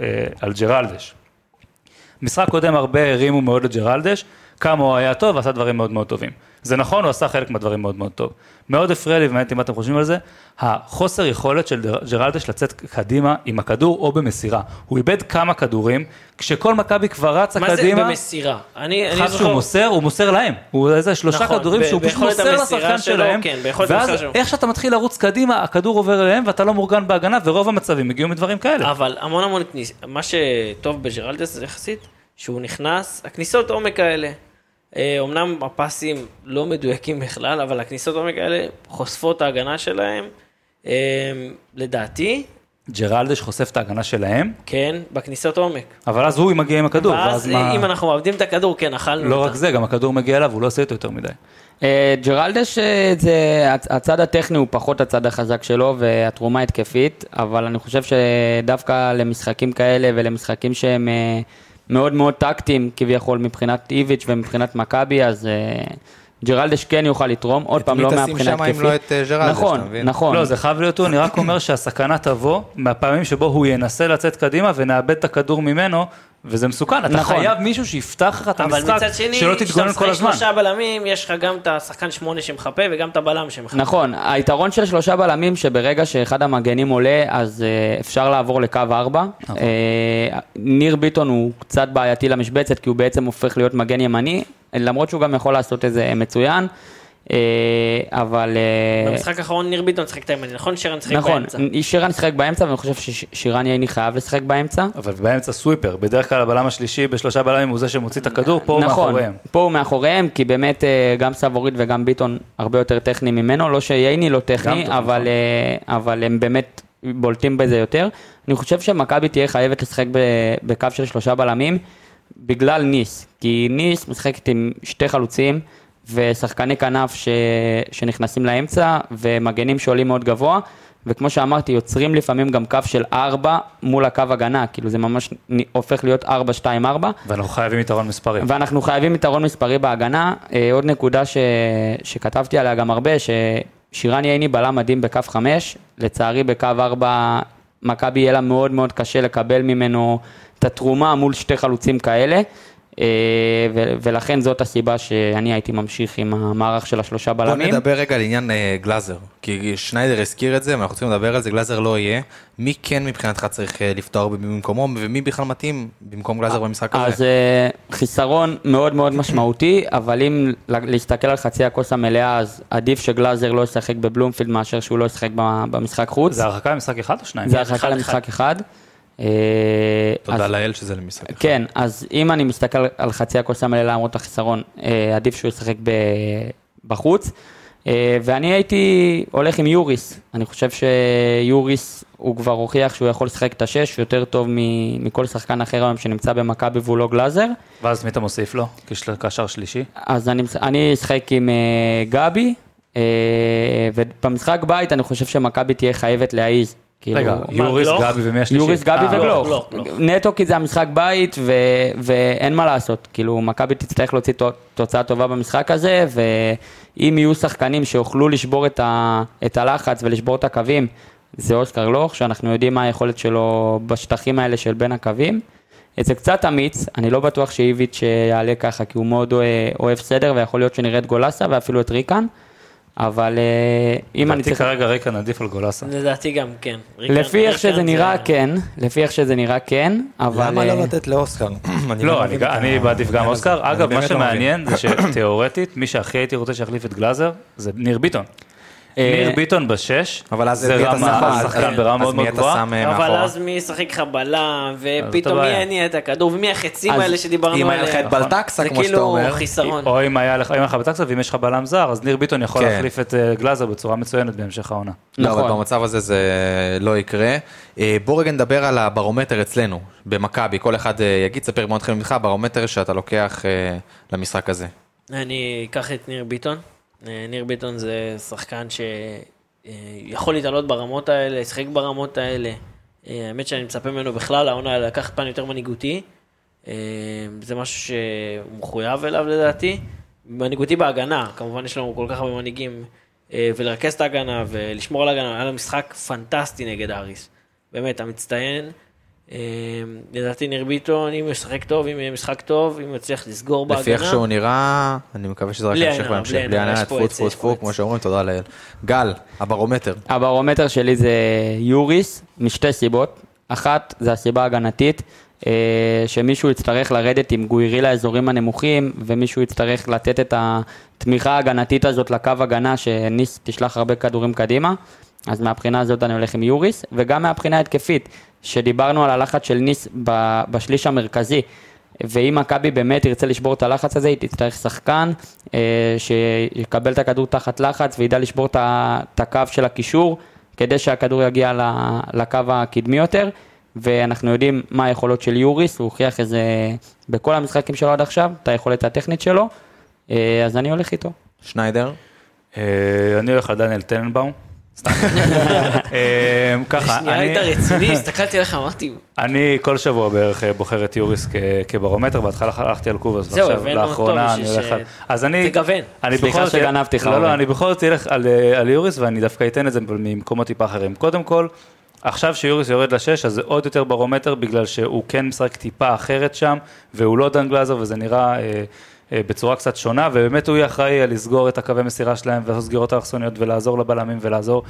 על ג'רלדש. משחק קודם הרבה הרימו מאוד לג'רלדש, כמה הוא היה טוב, ועשה דברים מאוד מאוד טובים. זה נכון, הוא עשה חלק מהדברים מאוד מאוד טוב. מאוד הפריע לי, ומעניין אם אתם חושבים על זה, החוסר יכולת של ג'רלדש לצאת קדימה עם הכדור או במסירה. הוא איבד כמה כדורים, כשכל מכבי כבר רצה קדימה. מה זה במסירה? חף שהוא מוסר, הוא מוסר להם. הוא איזה 3 כדורים שהוא פשוט מוסר לשחקן שלהם, ואז איך שאתה מתחיל לרוץ קדימה, הכדור עובר אליהם ואתה לא מורגן בהגנה, ורוב המצבים הגיעו מדברים כאלה. אבל המון מה שטוב בג'רלדש זה יחסית, שהוא נכנס, הכניסות עומק האלה, אמנם הפסים לא מדויקים בכלל, אבל הכניסות עומק האלה חושפות ההגנה שלהם, לדעתי. ג'רלדש חושף את ההגנה שלהם? כן, בכניסות עומק. אבל אז הוא מגיע עם הכדור. ואז אם אנחנו מאבדים את הכדור, כן, אכלנו אותה. לא רק זה, גם הכדור מגיע אליו, הוא לא עושה אותו יותר מדי. ג'רלדש, הצד הטכני הוא פחות הצד החזק שלו, והתרומה התקפית, אבל אני חושב שדווקא למשחקים כאלה, ולמשחקים שהם מאוד מאוד טקטיים, כביכול מבחינת איביץ' ומבחינת מכבי, אז ג'רלדש כן יוכל לתרום, עוד פעם לא מהבחינה התקפית. אם לא את ג'רלדש, נכון, אתה מבין? נכון. לא, זה חייב להיות הוא, אני רק אומר שהסכנה תבוא מהפעמים שבו הוא ינסה לצאת קדימה ונאבד את הכדור ממנו, וזה מסוכן, אתה חייב מישהו שיפתח לך את המשחק, שלא תתגונן כל הזמן. אבל מצד שני, 3 בלמים, יש לך גם את השחקן 8 שמחפה וגם את הבלם שמחפה. נכון, היתרון של 3 בלמים שברגע שאחד המגנים עולה, אז אפשר לעבור לקו 4. ניר ביטון הוא קצת בעייתי למשבצת, כי הוא בעצם הופך להיות מגן ימני, למרות שהוא גם יכול לעשות איזה מצוין, אבל... במשחק האחרון ניר ביטון שחק את הימני, נכון? שירן שחק באמצע. נכון, שירן שחק באמצע, ואני חושב ששירן ייני חייב לשחק באמצע. אבל באמצע סוויפר, בדרך כלל הבלם השלישי ב3 בלמים הוא זה שמוציא את הכדור, פה הוא מאחוריהם. פה הוא מאחוריהם, כי באמת גם סבורית וגם ביטון הרבה יותר טכני ממנו, לא שייני לא טכני, אבל הם באמת בולטים בזה יותר. אני חושב שמכבי תהיה חייבת לשחק בקו של 3 בלמים, בגלל ניס, כי ניס משחקת עם 2 חלוצים, ושחקני כנף שנכנסים לאמצע, ומגנים שעולים מאוד גבוה, וכמו שאמרתי, יוצרים לפעמים גם קו של 4 מול הקו הגנה, כאילו זה ממש הופך להיות 4-2-4. ואנחנו חייבים יתרון מספרי. ואנחנו חייבים יתרון מספרי בהגנה. עוד נקודה שכתבתי עליה גם הרבה, ששירן ייני בלם מדהים בקו 5, לצערי בקו 4, מכבי יהיה לה מאוד מאוד קשה לקבל ממנו את התרומה מול 2 חלוצים כאלה, ולכן זאת הסיבה שאני הייתי ממשיך עם המערך של 3 בלמים. בוא נדבר רגע על עניין גלאזר, כי שניידר הזכיר את זה, ואנחנו צריכים לדבר על זה, גלאזר לא יהיה. מי כן מבחינתך צריך לפתור במקומו, ומי בכלל מתאים במקום גלאזר במשחק הזה? אז חיסרון מאוד מאוד משמעותי, אבל אם להסתכל על חצי הכוס המלאה, אז עדיף שגלאזר לא ישחק בבלומפילד, מאשר שהוא לא ישחק במשחק חוץ. זה הרחקה למשחק 1 או 2? זה הרחקה למשחק 1. תודה לאל שזה למשחק אחד. כן, אז אם אני מסתכל על חצי הכוס המלאה למרות החיסרון, עדיף שהוא ישחק בחוץ, ואני הייתי הולך עם יוריס, אני חושב שיוריס הוא כבר הוכיח שהוא יכול לשחק את 6, יותר טוב מכל שחקן אחר היום שנמצא במכבי והוא לא גלאזר. ואז מי אתה מוסיף לו? כשקשר שלישי? אז אני אשחק עם גבי, ובמשחק בית אני חושב שמכבי תהיה חייבת להעיז. רגע, יוריס, גבי ומי השלישי? יוריס, גבי וגלוך. נטו כי זה המשחק בית ואין מה לעשות. כאילו, מכבי תצטרך להוציא תוצאה טובה במשחק הזה, ואם יהיו שחקנים שיוכלו לשבור את הלחץ ולשבור את הקווים, זה אוסקר גלוך, שאנחנו יודעים מה היכולת שלו בשטחים האלה של בין הקווים. זה קצת אמיץ, אני לא בטוח שאיביץ' יעלה ככה, כי הוא מאוד אוהב סדר, ויכול להיות שנראה את גולסה ואפילו את ריקן. אבל אם אני צריך... כרגע ריקן עדיף על גולסה. לדעתי גם, כן. לפי איך שזה נראה כן, אבל... למה לא לתת לאוסקר? לא, אני בעדיף גם אוסקר. אגב, מה שמעניין זה שתיאורטית, מי שהכי הייתי רוצה שיחליף את גלאזר, זה ניר ביטון. ניר ביטון ב6, זה רמה, שחקן ברמה מאוד מאוד גבוהה. אבל אז מי ישחק לך בלם, ופתאום מי יניע את הכדור, ומי החצים האלה שדיברנו עליהם. אם היה לך את בלטקסה, כמו שאתה אומר. זה כאילו חיסרון. או אם היה לך בלטקסה, ואם יש לך בלם זר, אז ניר ביטון יכול להחליף את גלאזר בצורה מצוינת בהמשך העונה. לא, אבל במצב הזה זה לא יקרה. בוא רגע נדבר על הברומטר אצלנו, במכבי. כל אחד יגיד, ספר מאוד חלק ממך, ברומטר שאתה לוקח למשחק הזה. אני אקח את ניר ביטון. ניר ביטון זה שחקן שיכול להתעלות ברמות האלה, לשחק ברמות האלה. האמת שאני מצפה ממנו בכלל, העונה לקחת פן יותר מנהיגותי. זה משהו שהוא מחויב אליו לדעתי. מנהיגותי בהגנה, כמובן יש לנו כל כך הרבה מנהיגים, ולרכז את ההגנה ולשמור על ההגנה. היה לו משחק פנטסטי נגד אריס. באמת, המצטיין. לדעתי ניר ביטון, אם הוא ישחק טוב, אם יהיה משחק טוב, אם הוא יצליח לסגור בהגנה. לפי איך שהוא נראה, אני מקווה שזה רק ימשיך בהמשך. בלי עינה, תפו, כמו שאומרים, תודה לאל. גל, הברומטר. הברומטר שלי זה יוריס, משתי סיבות. אחת, זה הסיבה ההגנתית, שמישהו יצטרך לרדת עם גוירי לאזורים הנמוכים, ומישהו יצטרך לתת את התמיכה ההגנתית הזאת לקו הגנה, שניס תשלח הרבה כדורים קדימה. אז מהבחינה הזאת אני הולך עם יוריס, וגם מהבחינה התקפית, שדיברנו על הלחץ של ניס בשליש המרכזי, ואם מכבי באמת ירצה לשבור את הלחץ הזה, היא תצטרך שחקן שיקבל את הכדור תחת לחץ, וידע לשבור את הקו של הקישור, כדי שהכדור יגיע לקו הקדמי יותר, ואנחנו יודעים מה היכולות של יוריס, הוא הוכיח איזה, בכל המשחקים שלו עד עכשיו, את היכולת הטכנית שלו, אז אני הולך איתו. שניידר? אני הולך על דניאל טננבאום. ככה, שנייה היית רציני, הסתכלתי עליך, אמרתי... אני כל שבוע בערך בוחר את יוריס כברומטר, בהתחלה הלכתי על קובס, זהו, ועכשיו לאחרונה אני הולך על... אז אני... תגוון. סליחה שגנבתי לך. לא, אני בכל זאת אלך על יוריס, ואני דווקא אתן את זה ממקומות טיפה אחרים. קודם כל, עכשיו שיוריס יורד לשש, אז זה עוד יותר ברומטר, בגלל שהוא כן משחק טיפה אחרת שם, והוא לא דן גלאזר, וזה נראה... בצורה קצת שונה, ובאמת הוא יהיה אחראי לסגור את הקווי מסירה שלהם, ולסגירות האלכסוניות, ולעזור לבלמים, ולעזור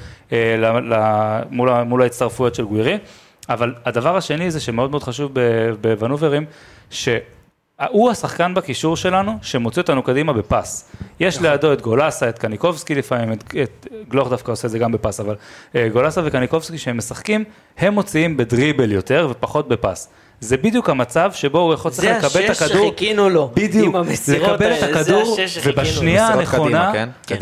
מול ההצטרפויות של גוירי. אבל הדבר השני זה שמאוד מאוד חשוב בוונוברים, שהוא השחקן בקישור שלנו, שמוציא אותנו קדימה בפס. יש לידו את גולסה, את קניקובסקי לפעמים, את גלוך דווקא עושה את זה גם בפס, אבל גולסה וקניקובסקי שהם משחקים, הם מוציאים בדריבל יותר ופחות בפס. זה בדיוק המצב שבו הוא יכול צריך לקבל את הכדור, זה השש שחיכינו לו, בדיוק, לקבל את הכדור, ובשנייה הנכונה,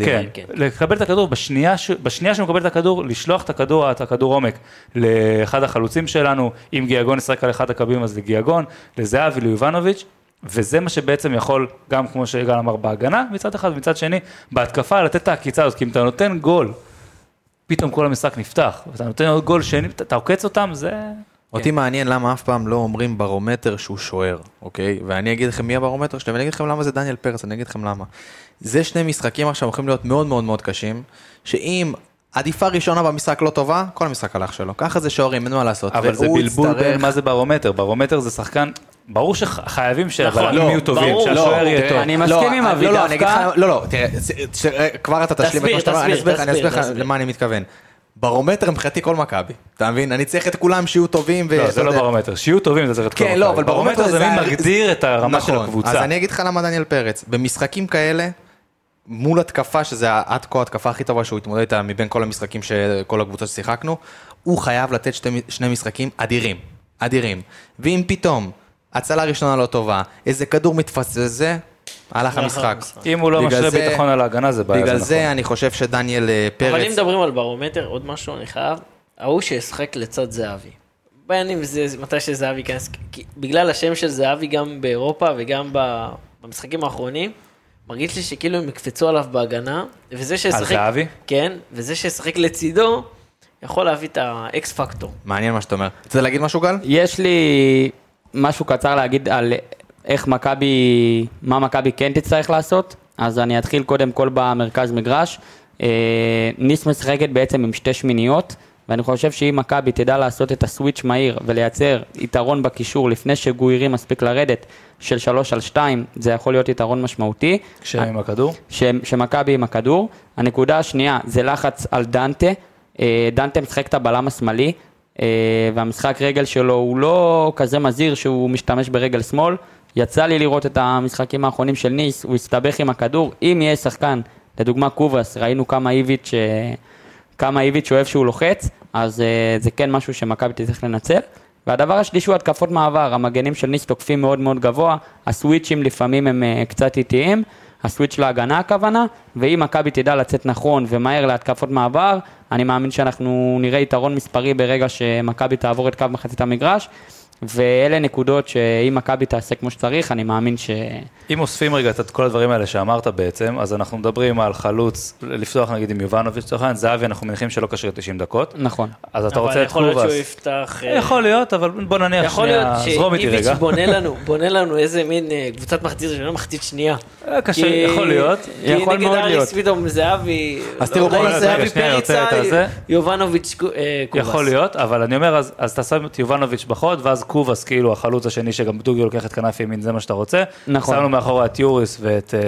לקבל את הכדור, בשנייה שהוא מקבל את הכדור, לשלוח את הכדור עומק לאחד החלוצים שלנו, אם גיאגון ישחק על אחד הקווים, אז לגיאגון, לזהבי, ליובנוביץ', וזה מה שבעצם יכול, גם כמו שגל אמר בהגנה, מצד אחד ומצד שני, בהתקפה לתת את העקיצה הזאת, כי אם אתה נותן גול, פתאום כל המשחק נפתח, ואתה נותן עוד גול שני, אתה עוקץ אותם, זה... אותי מעניין למה אף פעם לא אומרים ברומטר שהוא שוער, אוקיי? ואני אגיד לכם מי הברומטר שלהם, ואני אגיד לכם למה זה דניאל פרץ, אני אגיד לכם למה. זה שני משחקים עכשיו הולכים להיות מאוד מאוד מאוד קשים, שאם עדיפה ראשונה במשחק לא טובה, כל המשחק הלך שלו. ככה זה שוערים, אין מה לעשות. אבל זה בלבול בין מה זה ברומטר. ברומטר זה שחקן, ברור שחייבים שהבלמים יהיו טובים, שהשוער יהיה טוב. אני מסכים עם אבי דווקא. לא, תראה, כבר אתה תשלים את מה שאתה אומר, אני אסביר לך למה אני מתכוון. ברומטר מבחינתי כל מכבי, אתה מבין? אני צריך את כולם שיהיו טובים. לא, זה לא ברומטר, שיהיו טובים זה צריך את כל מכבי. כן, לא, אבל ברומטר זה מגדיר את הרמה של הקבוצה. אז אני אגיד לך למה דניאל פרץ, במשחקים כאלה, מול התקפה, שזה עד כה התקפה הכי טובה שהוא התמודד איתה מבין כל המשחקים שכל הקבוצה ששיחקנו, הוא חייב לתת שני משחקים אדירים. ואם פתאום הצלה ראשונה לא טובה, איזה כדור מתפסס זה, הלך המשחק. אם הוא לא משרה ביטחון על ההגנה, זה בעיה. בגלל זה אני חושב שדניאל פרץ... אבל אם מדברים על ברומטר, עוד משהו אני חייב, ההוא שישחק לצד זהבי. בעיינים זה מתי שזהבי כנס, בגלל השם של זהבי גם באירופה וגם במשחקים האחרונים, מרגיש לי שכאילו הם יקפצו עליו בהגנה, וזה שישחק... על זהבי? כן, וזה שישחק לצידו, יכול להביא את האקס פקטור. מעניין מה שאתה אומר. רוצה להגיד משהו גל? יש לי משהו קצר להגיד על איך מה מכבי כן תצטרך לעשות, אז אני אתחיל קודם כל במרכז מגרש. ניס משחקת בעצם עם שתי שמיניות, ואני חושב שאם מכבי תדע לעשות את הסוויץ' מהיר ולייצר יתרון בקישור לפני שגוירי מספיק לרדת של 3-2, זה יכול להיות יתרון משמעותי. כשהם עם הכדור? שמכבי עם הכדור. הנקודה השנייה זה לחץ על דנטה. דנטה משחק את הבלם השמאלי, והמשחק רגל שלו הוא לא כזה מזהיר שהוא משתמש ברגל שמאל. יצא לי לראות את המשחקים האחרונים של ניס, הוא הסתבך עם הכדור. אם יהיה שחקן, לדוגמה קובס, ראינו כמה איביץ' אוהב שהוא לוחץ, אז זה כן משהו שמכבי תצטרך לנצל. והדבר השלישי הוא התקפות מעבר, המגנים של ניס תוקפים מאוד מאוד גבוה, הסוויצ'ים לפעמים הם קצת איטיים, הסוויץ' להגנה הכוונה, ואם מכבי תדע לצאת נכון ומהר להתקפות מעבר, אני מאמין שאנחנו נראה יתרון מספרי ברגע שמכבי תעבור את קו מחצית המגרש, ואלה נקודות שאם מכבי תעשה כמו שצריך, אני מאמין ש... אם אוספים רגע את כל הדברים האלה שאמרת בעצם, אז אנחנו מדברים על חלוץ, לפתוח נגיד עם יובנוביץ' צוחן, זהבי אנחנו מניחים שלא קשר 90 דקות. נכון. אז אתה רוצה את אבל יכול להיות קובאס. שהוא יפתח... יכול להיות, אבל בוא נניח יכול שנייה, להיות זרום איתי רגע. שאיביץ' בונה לנו איזה מין קבוצת מחצית ראשונה, מחצית שנייה. קשה, יכול להיות. כי יכול נגד מאוד להיות. אריס פתאום זהבי... אז תראו, בוא נעשה- זהבי שנייה, פריצה, יוצא את הזה. יובנוביץ' קובאס. יכול להיות, אבל אני אומר, אז אתה שם את יובנוביץ' בחוד, ואז קובאס כאילו החלוץ השני שגם דוגי לוקח את כנף ימין, זה מה שאתה רוצה. נכון. שמנו מאחורה את יוריס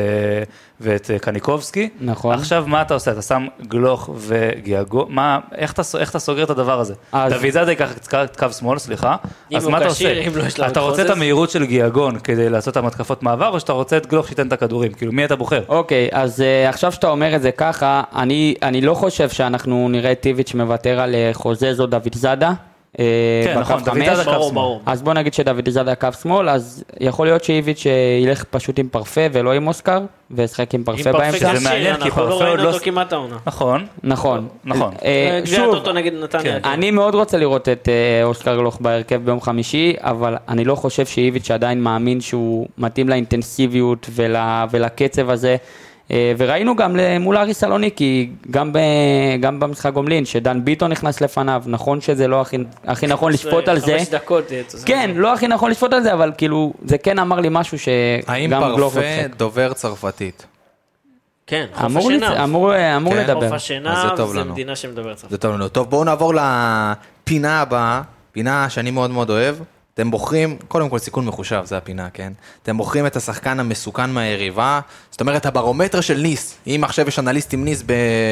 ואת קניקובסקי. נכון. עכשיו מה אתה עושה? אתה שם גלוך וגיאגו, איך אתה סוגר את הדבר הזה? אז- דוד זאדה ייקח את קו שמאל, סליחה. אם אז הוא מה אתה כשיר, עושה? אם לא, יש לו אתה את רוצה את חוזז? המהירות של גיאגון כדי לעשות את המתקפות מעבר, או שאתה רוצה את גלוך שייתן את הכדורים? כאילו, מי אתה בוחר? אוקיי, אז עכשיו שאתה אומר את זה ככה, אני לא חושב שאנחנו נראה את טיביץ' מוותר על חוזז או דוד זאדה. כן, נכון, דוד זאדה קו ברור, שמאל. ברור. אז בוא נגיד שדוד זאדה קו שמאל, אז יכול להיות שאיביץ' ילך פשוט עם פרפה ולא עם אוסקר, וישחק עם פרפה עם באמצע. פרפה שזה מעניין, כשיר, כי אנחנו לא פרפה ראינו עוד אותו לא- כמעט העונה. נכון, נכון. נכון. גביע שוב, הטוטו נגד נתניה. כן. אני מאוד רוצה לראות את אוסקר גלוך בהרכב ביום חמישי, אבל אני לא חושב שאיביץ' עדיין מאמין שהוא מתאים לאינטנסיביות ולקצב הזה. וראינו גם מול אריס סלוניקי, גם במשחק גומלין, שדן ביטון נכנס לפניו, נכון שזה לא הכי נכון לשפוט על זה. 5 דקות. כן, לא הכי נכון לשפוט על זה, אבל כאילו, זה כן אמר לי משהו האם שגם גלוך פרפה משחק. דובר צרפתית? כן, חוף השינה. אמור כן. לדבר. חוף אז השינה, זה טוב זה לנו. מדינה שמדברת צרפתית. זה טוב לנו. טוב, בואו נעבור לפינה הבאה, פינה שאני מאוד מאוד אוהב. אתם בוחרים, קודם כל סיכון מחושב, זה הפינה, כן? אתם בוחרים את השחקן המסוכן מהיריבה, זאת אומרת, הברומטר של ניס. אם עכשיו יש אנליסטים ניס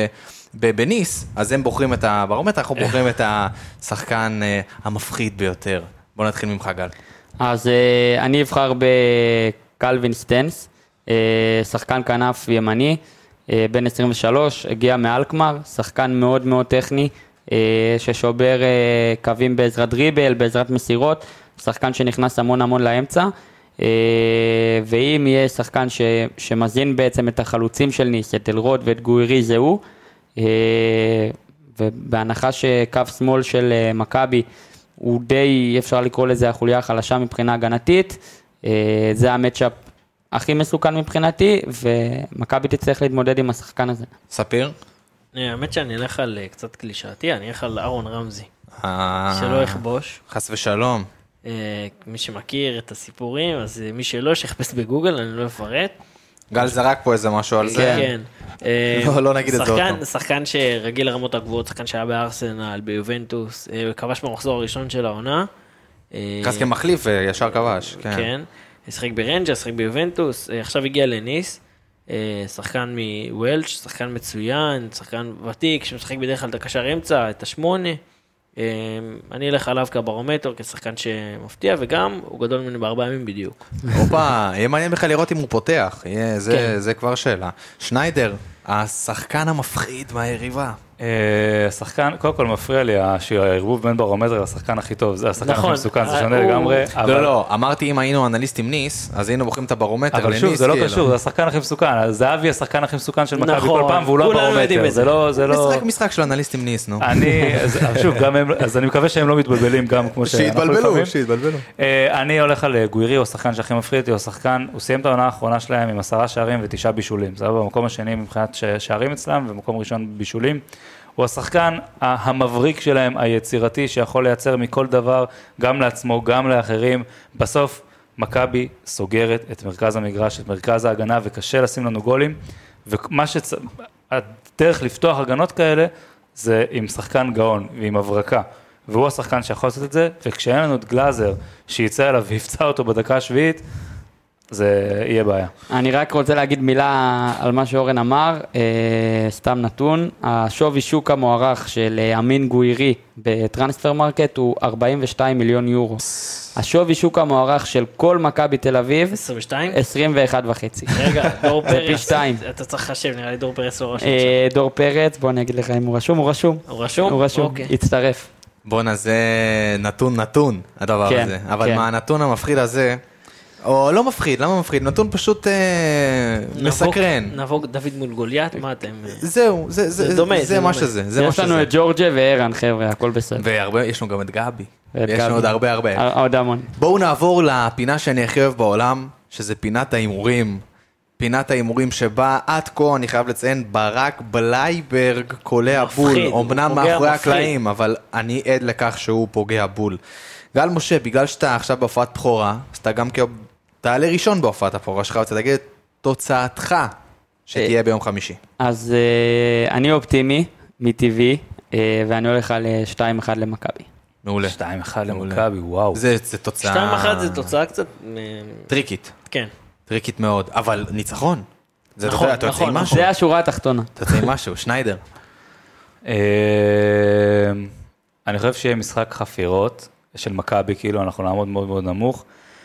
בניס, אז הם בוחרים את הברומטר, אנחנו בוחרים את השחקן המפחיד ביותר. בואו נתחיל ממך, גל. אז אני אבחר בקלווין סטנס, שחקן כנף ימני, בן 23, הגיע מאלקמר, שחקן מאוד מאוד טכני, ששובר קווים בעזרת דריבל, בעזרת מסירות, שחקן שנכנס המון לאמצע, ואם יהיה שחקן שמזין בעצם את החלוצים של ניס, את אלרוד ואת גוירי זהו, ובהנחה שקו שמאל של מכבי הוא די, אפשר לקרוא לזה החוליה החלשה מבחינה הגנתית, זה המצ'אפ הכי מסוכן מבחינתי, ומכבי תצטרך להתמודד עם השחקן הזה. ספיר? האמת שאני אלך על קצת קלישאתי, אני אלך על אהרון רמזי, שלא יכבוש. חס ושלום. מי שמכיר את הסיפורים, אז מי שלא שיחפש בגוגל, אני לא אפרט. גל זרק פה איזה משהו על זה. כן. לא נגיד את זה עוד פעם. שחקן שרגיל לרמות הגבוהות, שחקן שהיה בארסנל, ביובנטוס, כבש במחזור הראשון של העונה. נכנס כמחליף וישר כבש. כן. שחק ברנג'ר, שחק ביובנטוס, עכשיו הגיע לניס. שחקן מוולש, שחקן מצוין, שחקן ותיק, שמשחק בדרך כלל את הקשר אמצע, את השמונה. אני אלך עליו כברומטר, כשחקן שמפתיע, וגם הוא גדול ממנו ב4 ימים בדיוק. אופה, יהיה מעניין בכלל לראות אם הוא פותח, זה כבר שאלה. שניידר, השחקן המפחיד מהיריבה. השחקן, קודם כל מפריע לי שהערבוב בין ברומטר לשחקן הכי טוב, זה השחקן הכי נכון. מסוכן, זה שונה לגמרי. לא, אמרתי אם היינו אנליסטים ניס, אז היינו בוחרים את הברומטר אבל לניס. שוב, זה לא כאילו. קשור, זה השחקן הכי מסוכן, זהבי השחקן הכי מסוכן של מכבי נכון, כל פעם, והוא לא כולנו יודעים ברומטר, את זה. זה לא... משחק משחק של אנליסטים ניס, נו. שוב, אז אני מקווה שהם לא מתבלבלים גם כמו שאנחנו לפעמים. שיתבלבלו. אני הולך על גוירי, הוא השחקן שהכי מפחיד אותי, הוא שחקן, הוא סיים את העונה האחרונה שלהם עם 10 שערים ו9 בישולים. זה היה במקום השני מבחינת שערים אצלם, ומקום ראשון בישולים. הוא השחקן המבריק שלהם, היצירתי, שיכול לייצר מכל דבר, גם לעצמו, גם לאחרים. בסוף, מכבי סוגרת את מרכז המגרש, את מרכז ההגנה, וקשה לשים לנו גולים. הדרך לפתוח הגנות כאלה, זה עם שחקן גאון ועם הברקה. והוא השחקן שיכול לעשות את זה, וכשאין לנו את גלאזר, שיצא אליו ויפצע אותו בדקה השביעית, זה יהיה בעיה. אני רק רוצה להגיד מילה על מה שאורן אמר, סתם נתון, השווי שוק המוערך של אמין גוירי בטרנספר מרקט הוא 42 מיליון יורו. השווי שוק המוערך של כל מכבי תל אביב, 22? 21.5. רגע, דור זה פי פרץ, 2. אתה צריך לחשב, נראה לי דור פרץ לא רשום. דור פרץ, בוא אני אגיד לך אם הוא רשום, הוא רשום. הוא רשום? הוא רשום, אוקיי. הצטרף. בואנה, זה נתון, הדבר כן, הזה. אבל כן. מהנתון המפחיד הזה, או לא מפחיד, למה מפחיד? נתון פשוט מסקרן. נבוא דוד מול גוליית, מה אתם... זהו, זה דומה, זה מה שזה. יש לנו את ג'ורג'ה וערן, חבר'ה, הכל בסדר. ויש לנו גם את גבי. ואת יש לנו עוד גבי. הרבה. עוד המון. בואו נעבור לפינה שאני הכי אוהב בעולם, שזה פינת ההימורים. פינת ההימורים שבה עד כה, אני חייב לציין, ברק בלייברג קולע בול. מפחיד, אומנם פוגע מאחורי מפחיד. הקלעים, אבל אני עד לכך שהוא פוגע בול. גל משה, בגלל שאתה עכשיו בהופעת בכורה, אז אתה גם תעלה ראשון בהופעת הבכורה שלך, וצריך להגיד את תוצאתך שתהיה ביום חמישי. אז אני אופטימי, מטבעי, ואני הולך על 2-1 למכבי. מעולה. 2-1 למכבי, וואו. זה תוצאה... 2-1 זה תוצאה קצת... טריקית. כן. טריקית מאוד, אבל ניצחון. זה נכון, אתה יוצא עם נכון, משהו. זה השורה התחתונה. אתה יוצא עם משהו, שניידר. אני חושב שיהיה משחק חפירות של מכבי, כאילו אנחנו נעמוד מאוד מאוד נמוך.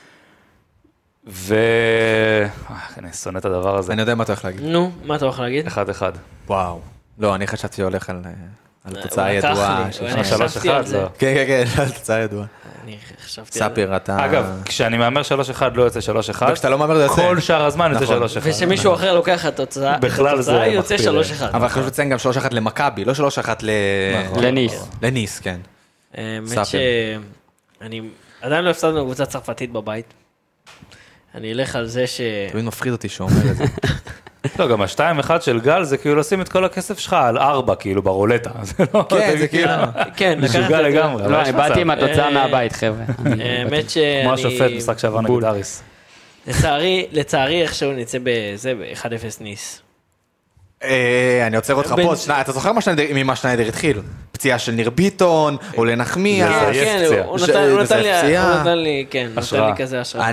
אני שונא את הדבר הזה. אני יודע מה אתה הולך להגיד. נו, מה אתה הולך להגיד? 1-1. וואו. לא, אני חשבתי שהולך על התוצאה הוא לקח הידועה. לי, של אני שנה. חשבתי על זה. כן, על התוצאה הידועה. אני חשבתי על זה. ספיר, אתה... אגב, כשאני מאמר 3-1 לא יוצא 3-1. וכשאתה לא מאמר זה יוצא. כל שאר הזמן יוצא נכון. 3-1. ושמישהו אחר לוקח את התוצאה, בכלל זה יוצא מחפיר. 3-1. אבל חשוב לציין גם 3-1 למכבי, לא 3-1 לניס. לניס, כן. האמת ספיר. שאני עדיין לא הפסדנו קבוצה צרפתית בבית. אני אלך על זה תמיד מפחיד אותי שאומר את זה. לא, גם ה-2-1 של גל זה כאילו לשים את כל הכסף שלך על 4, כאילו ברולטה. כן, זה כאילו... כן, משוגע לגמרי. אבל לא, יש אני באתי מצב. עם התוצאה מהבית, חבר'ה. האמת שאני... כמו השופט, משחק שעבר נגד אריס. לצערי איכשהו נצא בזה ב-1-0 ניס. אני עוצר אותך פה, אתה זוכר ממה שניידר התחיל? פציעה של ניר ביטון, או לנחמיה. לזייף כן, פציעה. הוא נתן לי, כן, נתן השראה. לי כזה השראה.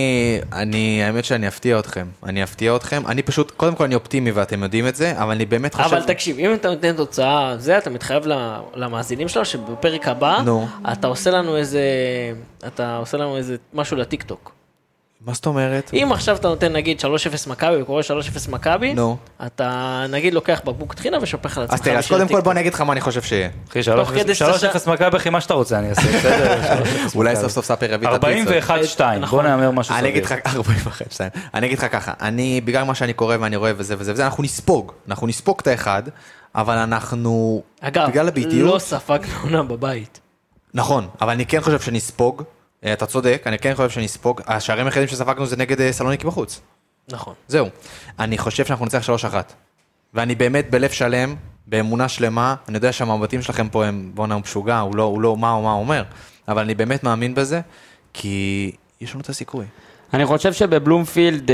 האמת שאני אפתיע אתכם. אני פשוט, קודם כל אני אופטימי ואתם יודעים את זה, אבל אני באמת חושב... אבל תקשיב, אם אתה נותן תוצאה, אתה מתחייב למאזינים שלו, שבפרק הבא, נו. אתה עושה לנו איזה משהו לטיק טוק. מה זאת אומרת? אם עכשיו אתה נותן נגיד 3-0 מכבי וקורא 3-0 מכבי, נו. אתה נגיד לוקח בקבוק טחינה ושופך על עצמך. אז תראה, אז קודם כל בוא אני אגיד לך מה אני חושב שיהיה. אחי, תוך כדי 3-0 מכבי, אחי, מה שאתה רוצה, אני אעשה, בסדר? 3-0 אולי מכבי. סוף סוף ספר יביא את הפיצות. 41-2, בוא נאמר משהו אני אגיד סביר. לך, 41, אני אגיד לך ככה, בגלל מה שאני קורא ואני רואה וזה, אנחנו נספוג את האחד, אבל אנחנו, אגב, בגלל הביתיות, לא ספגנו עונה בבית. נכון, אבל אני כן חושב שנספוג, אתה צודק, אני כן חושב שנספוג, השערים היחידים שספגנו זה נגד סלוניקי בחוץ. נכון. זהו, אני חושב שאנחנו נצטרך 3-1, ואני באמת בלב שלם, באמונה שלמה, אני יודע שהמבטים שלכם פה הם, בואנה הוא משוגע, הוא לא מה הוא אומר, אבל אני באמת מאמין בזה, כי יש לנו את הסיכוי. אני חושב שבבלומפילד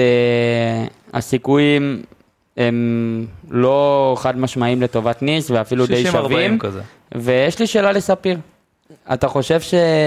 הסיכויים הם לא חד משמעיים לטובת ניס, ואפילו די 60-40 שווים. כזה. ויש לי שאלה לספיר. אתה חושב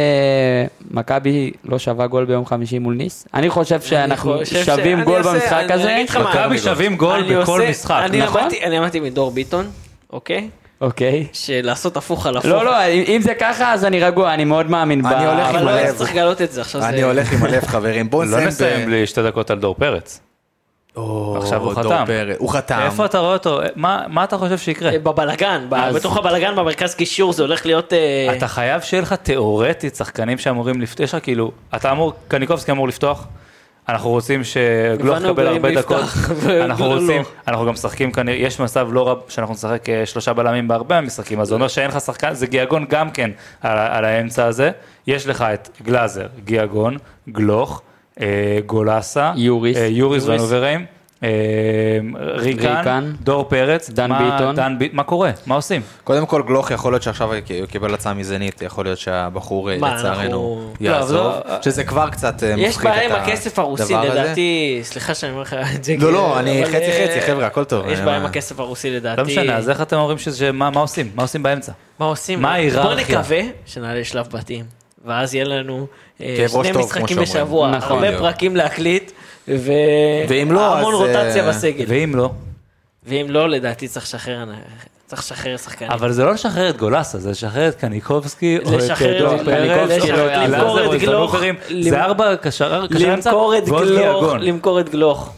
שמכבי לא שווה גול ביום חמישי מול ניס? אני חושב שאנחנו שווים גול במשחק הזה. מכבי שווים גול בכל משחק. נכון? אני אמרתי מדור ביטון, אוקיי? אוקיי. שלעשות הפוך על הפוך. לא, אם זה ככה, אז אני רגוע, אני מאוד מאמין. אני הולך עם אבל לא הלב. צריך לגלות את זה, עכשיו זה... אני הולך עם הלב חברים, בואו לא נסיים בלי 2 דקות על דור פרץ. עכשיו הוא חתם. הוא חתם. איפה אתה רואה אותו? מה אתה חושב שיקרה? בבלגן, בתוך הבלגן, במרכז קישור, זה הולך להיות... אתה חייב שיהיה לך תיאורטית שחקנים שאמורים לפתוח, יש לך כאילו, אתה אמור, קניקובסקי אמור לפתוח, אנחנו רוצים שגלוך הבנו יקבל הרבה בלי דקות, לפתוח, אנחנו ולא. רוצים, אנחנו גם משחקים כנראה, יש מצב לא רב שאנחנו נשחק 3 בלמים בהרבה המשחקים, אז זה אומר שאין לך שחקן, זה גיאגון גם כן על האמצע הזה, יש לך את גלאזר, גיאגון, גלוך, גולסה, יוריס ונובראים, ריקן, דור פרץ, דן ביטון. מה קורה? מה עושים? קודם כל גלוך יכול להיות שעכשיו הוא קיבל הצעה מזנית, יכול להיות שהבחור מה, לצערנו אנחנו- יעזוב, לא, שזה כבר קצת מפחיד את הדבר הזה. יש בעיה עם הכסף הרוסי, לדעתי, סליחה שאני אומר לך את זה. לא, אני אבל, חצי, חבר'ה, הכל טוב. יש בעיה עם הכסף הרוסי לדעתי. לא משנה, אז איך אתם אומרים מה עושים? מה עושים באמצע? מה עושים? מה ההיררכיה? בוא נקווה שנעלה שלב בתים, ואז יהיה לנו כאב ראש 2 טוב, משחקים כמו שאומרים. בשבוע, נכון. הרבה בדיוק. פרקים להקליט, ואם לא, והמון אז, רוטציה בסגל. ואם לא? ואם לא, לדעתי צריך לשחרר שחקנים. אבל זה לא לשחרר את גולסה, זה לשחרר את קניקובסקי, או את לשחרר דור את פרץ, קניקובסקי, או את למכור גלאזר, את או את גלוך, ונוברים. זה 4 קשר אמצע, למכור את ועוד גלוך, גיאגון. למכור את גלוך.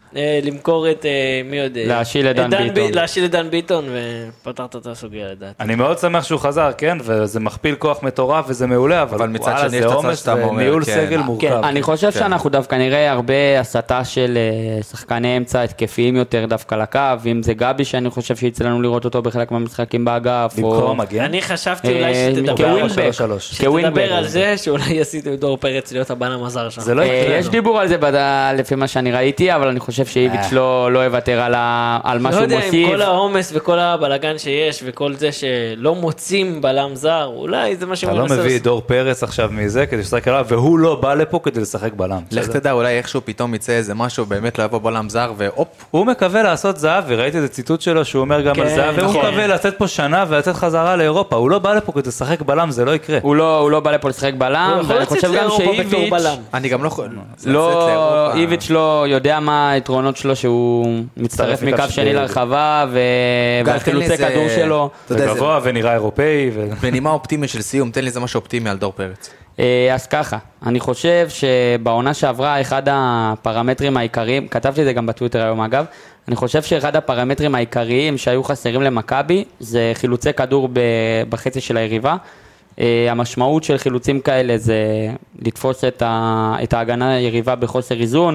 למכור את, מי יודע? להשיל את דן ביטון. להשיל את דן ביטון, ופתרת את הסוגיה לדעת. אני מאוד שמח שהוא חזר, כן, וזה מכפיל כוח מטורף וזה מעולה, אבל מצד וואלה, שני יש זה את הצד עומס שאתה אומר, וניהול כן. סגל מורכב. אני חושב שאנחנו דווקא נראה הרבה הסתה של שחקני אמצע התקפיים יותר דווקא לקו, אם זה גבי שאני חושב שיצא לנו לראות אותו בחלק מהמשחקים באגף, במקום מגן. אני חשבתי אולי שתדבר על זה, שאולי עשיתם דור פרץ להיות הבנם הזר שם. זה לא יקרה. יש דיבור על זה לפי מה שאני ראיתי, אבל אני חושב שאיביץ' לא יוותר על מה לא שהוא יודע, עם מוסיף. כל העומס וכל הבלגן שיש, וכל זה שלא מוצאים בלם זר, אולי זה מה אתה שהוא לא מנסה מביא לעשות. את דור פרץ עכשיו מזה כדי לשחק עליו, והוא לא בא לפה כדי לשחק בלם. לך תדע, אולי איכשהו פתאום יצא איזה משהו, באמת לא יבוא בלם זר, והופ. הוא מקווה לעשות זהב, וראיתי איזה ציטוט שלו שהוא אומר גם על זהב, והוא מקווה לתת פה שנה ולתת חזרה לאירופה, הוא לא בא לפה כדי לשחק בלם, זה לא יקרה. הוא לא בא לפה לשחק בלם, ואני חושב גם שאיביץ' אני גם איביץ' לא יודע מה היתרונות שלו שהוא מצטרף מקו שני לרחבה והחילוצי כדור שלו. אתה יודע, גבוה ונראה אירופאי. בנימה אופטימית של סיום, תן לי זה משהו אופטימי על דור פרץ. אז ככה, אני חושב שבעונה שעברה אחד הפרמטרים העיקריים, כתבתי את זה גם בטוויטר היום אגב, אני חושב שאחד הפרמטרים העיקריים שהיו חסרים למכבי זה חילוצי כדור בחצי של היריבה. המשמעות של חילוצים כאלה זה לתפוס את ההגנה היריבה בחוסר איזון,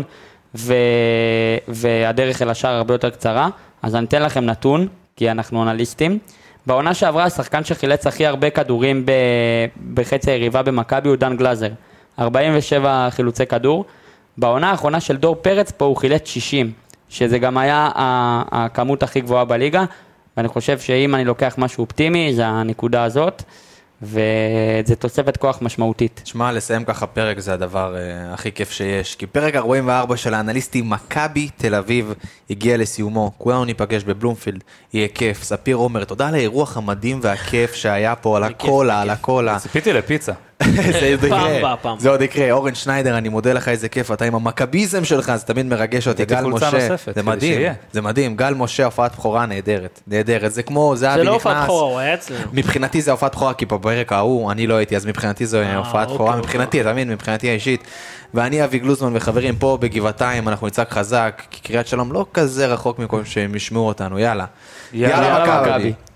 והדרך אל השער הרבה יותר קצרה. אז אני אתן לכם נתון, כי אנחנו אנליסטים. בעונה שעברה השחקן שחילץ הכי הרבה כדורים בחצי היריבה במכבי הוא דן גלאזר, 47 חילוצי כדור. בעונה האחרונה של דור פרץ פה הוא חילץ 60, שזה גם היה הכמות הכי גבוהה בליגה, ואני חושב שאם אני לוקח משהו אופטימי זה הנקודה הזאת, וזה תוספת כוח משמעותית. תשמע, לסיים ככה פרק זה הדבר הכי כיף שיש, כי פרק 44 של האנליסטים מכבי תל אביב הגיע לסיומו, כולנו ניפגש בבלומפילד, יהיה כיף. ספיר עומר, תודה על האירוח המדהים והכיף שהיה פה, על הקולה, על הקולה. ציפיתי לפיצה. זה עוד יקרה. אורן שניידר, אני מודה לך, איזה כיף, אתה עם המכביזם שלך, זה תמיד מרגש אותי. גל משה, זה מדהים, זה מדהים. גל משה, הופעת בכורה נהדרת, נהדרת. זה כמו זהבי נכנס. זה לא הופעת בכורה, הוא היה אצלנו. מבחינתי זה הופעת בכורה, כי בפרק ההוא אני לא הייתי, אז מבחינתי זו הופעת בכורה, מבחינתי, אתה מבין, מבחינתי האישית. ואני אבי גלוזמן וחברים פה בגבעתיים, אנחנו נצעק חזק, כי קריית שלום לא כזה רחוק מקום שהם ישמעו אותנו, יאללה. יאללה מכבי.